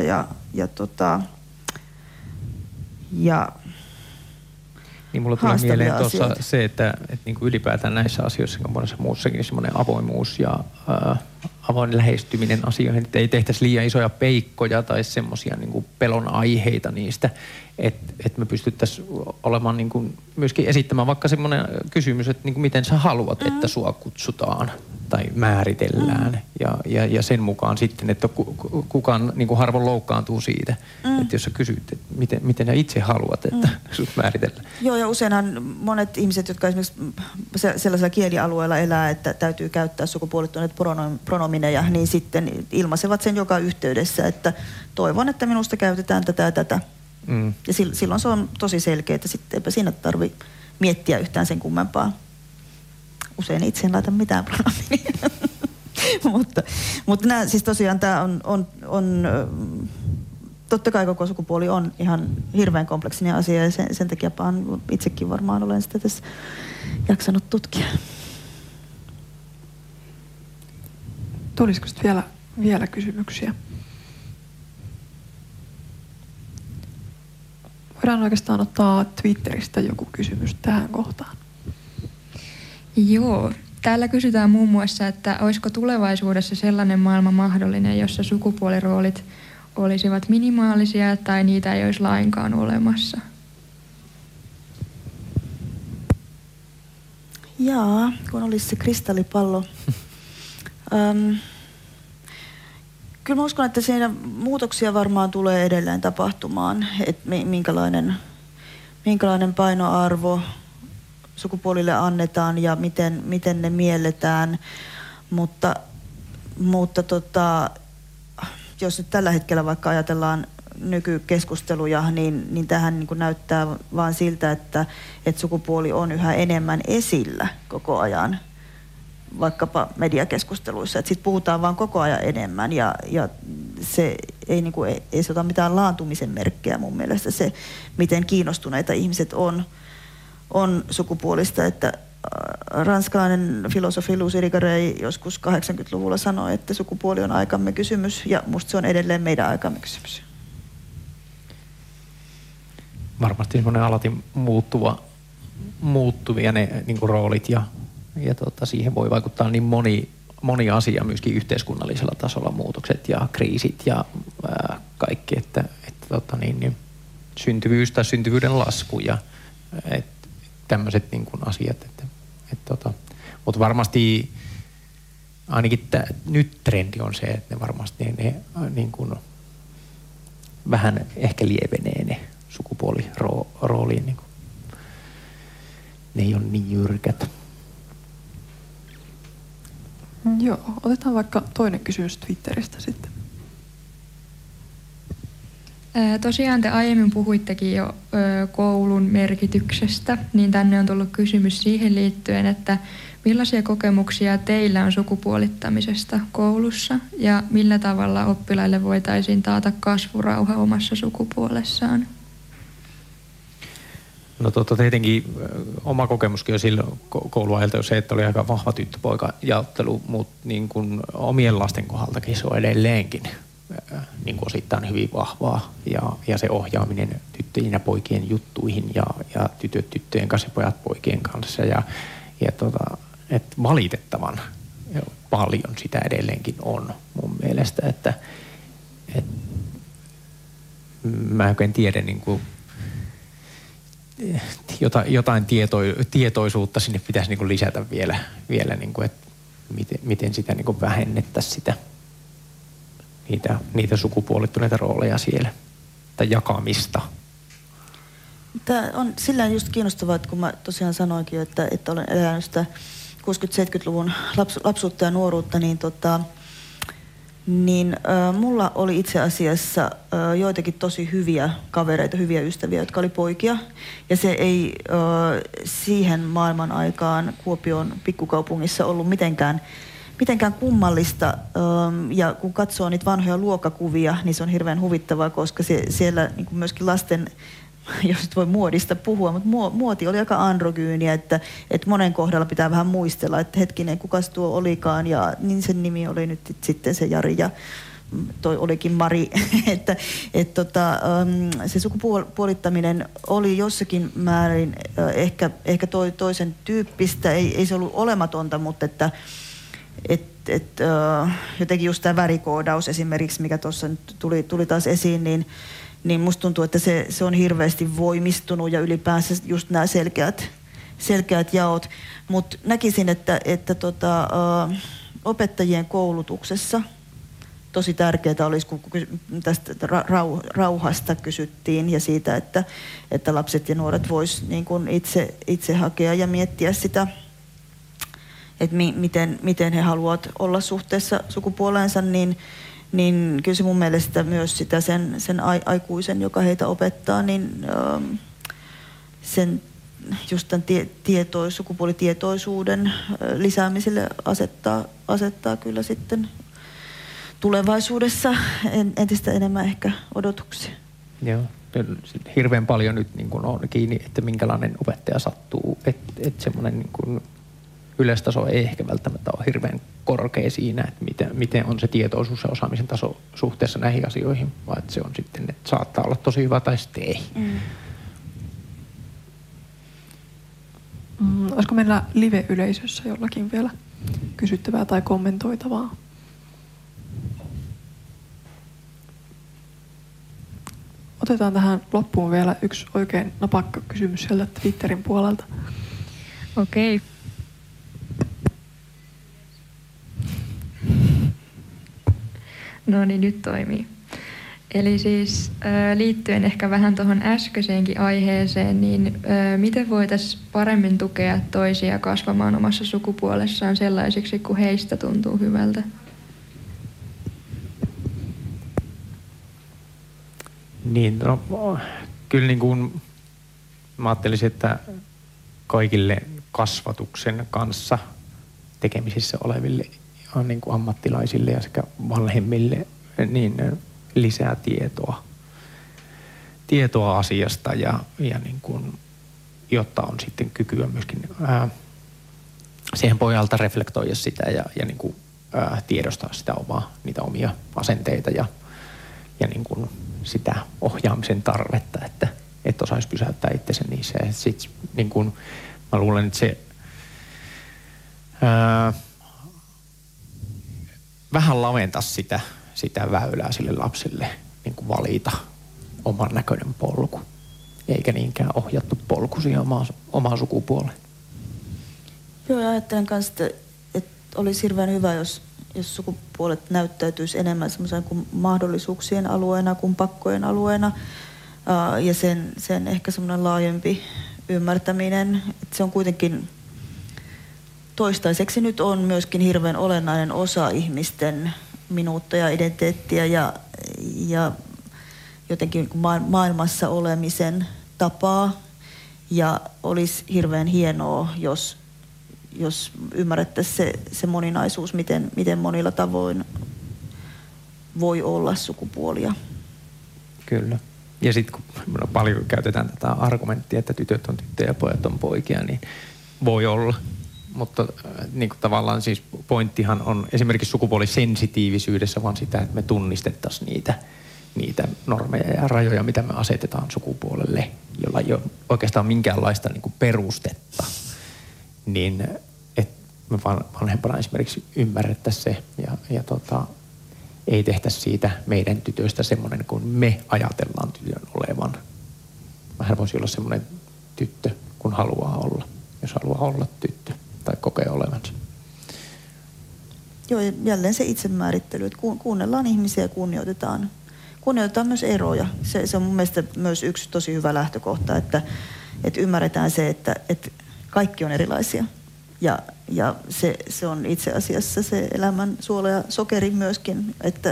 ja niin mulla tulee mieleen tuossa se, että niin kuin ylipäätään näissä asioissa, kuin monessa muussakin, semmoinen avoimuus ja avoin lähestyminen asioihin, että ei tehtäisi liian isoja peikkoja tai semmoisia niin kuin pelon aiheita niistä, että me pystyttäisiin olemaan niin kuin myöskin esittämään vaikka semmoinen kysymys, että niin kuin miten sä haluat, että sua kutsutaan tai määritellään ja sen mukaan sitten, että kukaan niin kuin harvoin loukkaantuu siitä, että jos sä kysyt, että miten sä itse haluat, että sut määritellään. Joo, ja useinhan monet ihmiset, jotka esimerkiksi sellaisella kielialueella elää, että täytyy käyttää sukupuolittuneet pronomineja, niin sitten ilmaisevat sen joka yhteydessä, että toivon, että minusta käytetään tätä ja tätä. Ja silloin se on tosi selkeää, sitten eipä siinä tarvitse miettiä yhtään sen kummempaa. Usein itse en laita mitään pronominia. mutta nämä, siis tosiaan tämä on totta kai koko sukupuoli on ihan hirveän kompleksinen asia ja sen takia itsekin varmaan olen sitä tässä jaksanut tutkia. Tulisiko sitten vielä kysymyksiä? Voidaan oikeastaan ottaa Twitteristä joku kysymys tähän kohtaan. Joo. Täällä kysytään muun muassa, että olisiko tulevaisuudessa sellainen maailma mahdollinen, jossa sukupuoliroolit olisivat minimaalisia tai niitä ei olisi lainkaan olemassa? Jaa, kun olisi se kristallipallo. Kyllä mä uskon, että siinä muutoksia varmaan tulee edelleen tapahtumaan, että minkälainen painoarvo sukupuolille annetaan ja miten ne mielletään, mutta jos nyt tällä hetkellä vaikka ajatellaan nykykeskusteluja, niin tähän niin kuin näyttää vaan siltä, että sukupuoli on yhä enemmän esillä koko ajan, vaikkapa mediakeskusteluissa. Sitten puhutaan vaan koko ajan enemmän ja se ei se ota mitään laantumisen merkkejä mun mielestä se, miten kiinnostuneita ihmiset on sukupuolista, että ranskalainen filosofi Lucy Irigaray joskus 80-luvulla sanoi, että sukupuoli on aikamme kysymys, ja musta se on edelleen meidän aikamme kysymys. Varmasti semmoinen alati muuttuvia ne niin kuin roolit ja siihen voi vaikuttaa niin moni asia myöskin yhteiskunnallisella tasolla, muutokset ja kriisit ja kaikki, että syntyvyys tai syntyvyyden lasku ja tämmöiset niin kuin asiat. Mutta varmasti ainakin nyt trendi on se, että ne varmasti ne niin kuin vähän ehkä lievenee ne sukupuolirooliin. Niin kuin. Ne ei ole niin jyrkät. Joo, otetaan vaikka toinen kysymys Twitteristä sitten. Tosiaan te aiemmin puhuittekin jo koulun merkityksestä, niin tänne on tullut kysymys siihen liittyen, että millaisia kokemuksia teillä on sukupuolittamisesta koulussa ja millä tavalla oppilaille voitaisiin taata kasvurauha omassa sukupuolessaan? No tietenkin oma kokemuskin on silloin kouluajalta jo se, että oli aika vahva tyttö-poika-jaottelu, mutta niin kuin omien lasten kohdaltakin se on edelleenkin niin kuin osittain hyvin vahvaa ja se ohjaaminen tyttöjen ja poikien juttuihin ja tytöt tyttöjen kanssa ja pojat poikien kanssa että valitettavan paljon sitä edelleenkin on mun mielestä, että mä oikein tiedän niin kuin jotain tietoisuutta sinne pitäisi niin kuin lisätä vielä niin kuin, että miten sitä niin kuin vähennettäisiin sitä niitä sukupuolittuneita rooleja siellä tai jakamista. Tämä on sillä just kiinnostavaa, että kun mä tosiaan sanoinkin, että olen elänyt sitä 60-70-luvun lapsuutta ja nuoruutta, niin mulla oli itse asiassa joitakin tosi hyviä kavereita, hyviä ystäviä, jotka oli poikia. Ja se ei siihen maailman aikaan Kuopion pikkukaupungissa ollut mitenkään kummallista. Ja kun katsoo niitä vanhoja luokkakuvia, niin se on hirveän huvittavaa, koska siellä niin kuin myöskin lasten, jos nyt voi muodista puhua, mutta muoti oli aika androgyyniä, että monen kohdalla pitää vähän muistella, että hetkinen, kukas tuo olikaan, ja niin sen nimi oli nyt sitten se Jari, ja toi olikin Mari, että se sukupuolittaminen oli jossakin määrin ehkä toisen tyyppistä, ei se ollut olematonta, mutta että jotenkin just tämä värikoodaus esimerkiksi, mikä tuossa tuli taas esiin, niin musta tuntuu, että se on hirveästi voimistunut ja ylipäänsä just nämä selkeät jaot. Mutta näkisin, että opettajien koulutuksessa tosi tärkeää olisi, kun tästä rauhasta kysyttiin ja siitä, että lapset ja nuoret vois niin kuin itse hakea ja miettiä sitä, että miten he haluavat olla suhteessa sukupuoleensa, niin kyllä se mun mielestä myös sitä sen aikuisen, joka heitä opettaa, niin sen just tämän sukupuolitietoisuuden lisäämiselle asettaa kyllä sitten tulevaisuedessa entistä enemmän ehkä odotuksia. Joo, hirveän paljon nyt niin kuin on kiinni, että minkälainen opettaja sattuu, että semmoinen niin kuin yleistaso ei ehkä välttämättä ole hirveän korkea siinä, että miten on se tietoisuus ja osaamisen taso suhteessa näihin asioihin, vaan että se on sitten, että saattaa olla tosi hyvä tai sitten ei. Olisiko meillä live-yleisössä jollakin vielä kysyttävää tai kommentoitavaa? Otetaan tähän loppuun vielä yksi oikein napakka kysymys sieltä Twitterin puolelta. Okei. No niin, nyt toimii. Eli siis liittyen ehkä vähän tuohon äskeiseenkin aiheeseen, niin miten voitaisiin paremmin tukea toisia kasvamaan omassa sukupuolessaan sellaisiksi, kuin heistä tuntuu hyvältä? Niin, no, kyllä niin kuin mä ajattelisin, että kaikille kasvatuksen kanssa tekemisissä oleville niin kuin ammattilaisille ja sekä vanhemmille niin lisää tietoa asiasta ja niin kuin, jotta on sitten kykyä myöskin siihen pojalta reflektoida sitä ja niin kuin, tiedostaa sitä niitä omia asenteita ja niin kuin sitä ohjaamisen tarvetta, että osaisi pysäyttää itsensä niissä. Ja sit, niin kuin, mä luulen, että se vähän laventaisi sitä väylää sille lapsille niin kuin valita oman näköinen polku, eikä niinkään ohjattu polku siihen omaan sukupuoleen. Joo, ja ajattelen kanssa, että olisi hirveän hyvä, jos sukupuolet näyttäytyisi enemmän semmoisen kuin mahdollisuuksien alueena kuin pakkojen alueena. Ja sen ehkä semmoinen laajempi ymmärtäminen, että se on kuitenkin toistaiseksi nyt on myöskin hirveän olennainen osa ihmisten minuutta ja identiteettiä ja jotenkin maailmassa olemisen tapaa. Ja olisi hirveän hienoa, jos ymmärrettäisiin se moninaisuus, miten monilla tavoin voi olla sukupuolia. Kyllä. Ja sitten kun paljon käytetään tätä argumenttia, että tytöt on tyttöjä ja pojat on poikia, niin voi olla. Mutta niin kuin tavallaan siis pointtihan on esimerkiksi sukupuolisensitiivisyydessä vaan sitä, että me tunnistettaisiin niitä normeja ja rajoja, mitä me asetetaan sukupuolelle, jolla ei ole oikeastaan minkäänlaista niin kuin perustetta. Niin että me vanhempana esimerkiksi ymmärrettäisiin se ja ei tehtäisi siitä meidän tytöistä semmoinen kuin me ajatellaan tytön olevan. Vähän voisi olla semmoinen tyttö, kun haluaa olla, jos haluaa olla tyttö tai kokee olevansa. Joo, ja jälleen se itsemäärittely, että kuunnellaan ihmisiä ja kunnioitetaan myös eroja. Se on mun mielestä myös yksi tosi hyvä lähtökohta, että ymmärretään se, että kaikki on erilaisia. Ja se on itse asiassa se elämän suola ja sokeri myöskin, että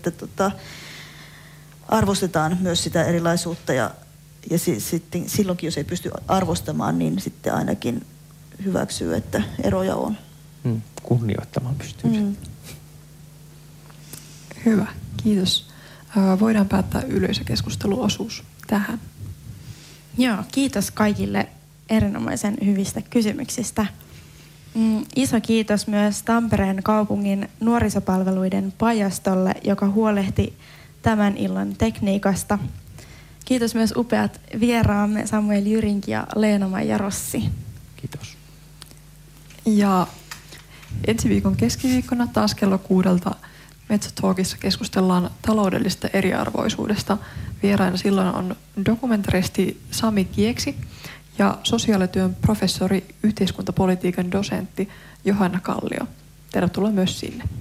arvostetaan myös sitä erilaisuutta ja sitten silloinkin, jos ei pysty arvostamaan, niin sitten ainakin hyväksyy, että eroja on. Kunnioittamaan pystyy. Hyvä, kiitos. Voidaan päättää yleisökeskusteluosuus tähän. Joo, kiitos kaikille erinomaisen hyvistä kysymyksistä. Iso kiitos myös Tampereen kaupungin nuorisopalveluiden pajastolle, joka huolehti tämän illan tekniikasta. Kiitos myös upeat vieraamme Samuel Jyrinki ja Leena-Maija Rossi. Kiitos. Ja ensi viikon keskiviikkona taas kello 6 Metso Talkissa keskustellaan taloudellisesta eriarvoisuudesta. Vieraina silloin on dokumentaristi Sami Kieksi ja sosiaalityön professori, yhteiskuntapolitiikan dosentti Johanna Kallio. Tervetuloa myös sinne.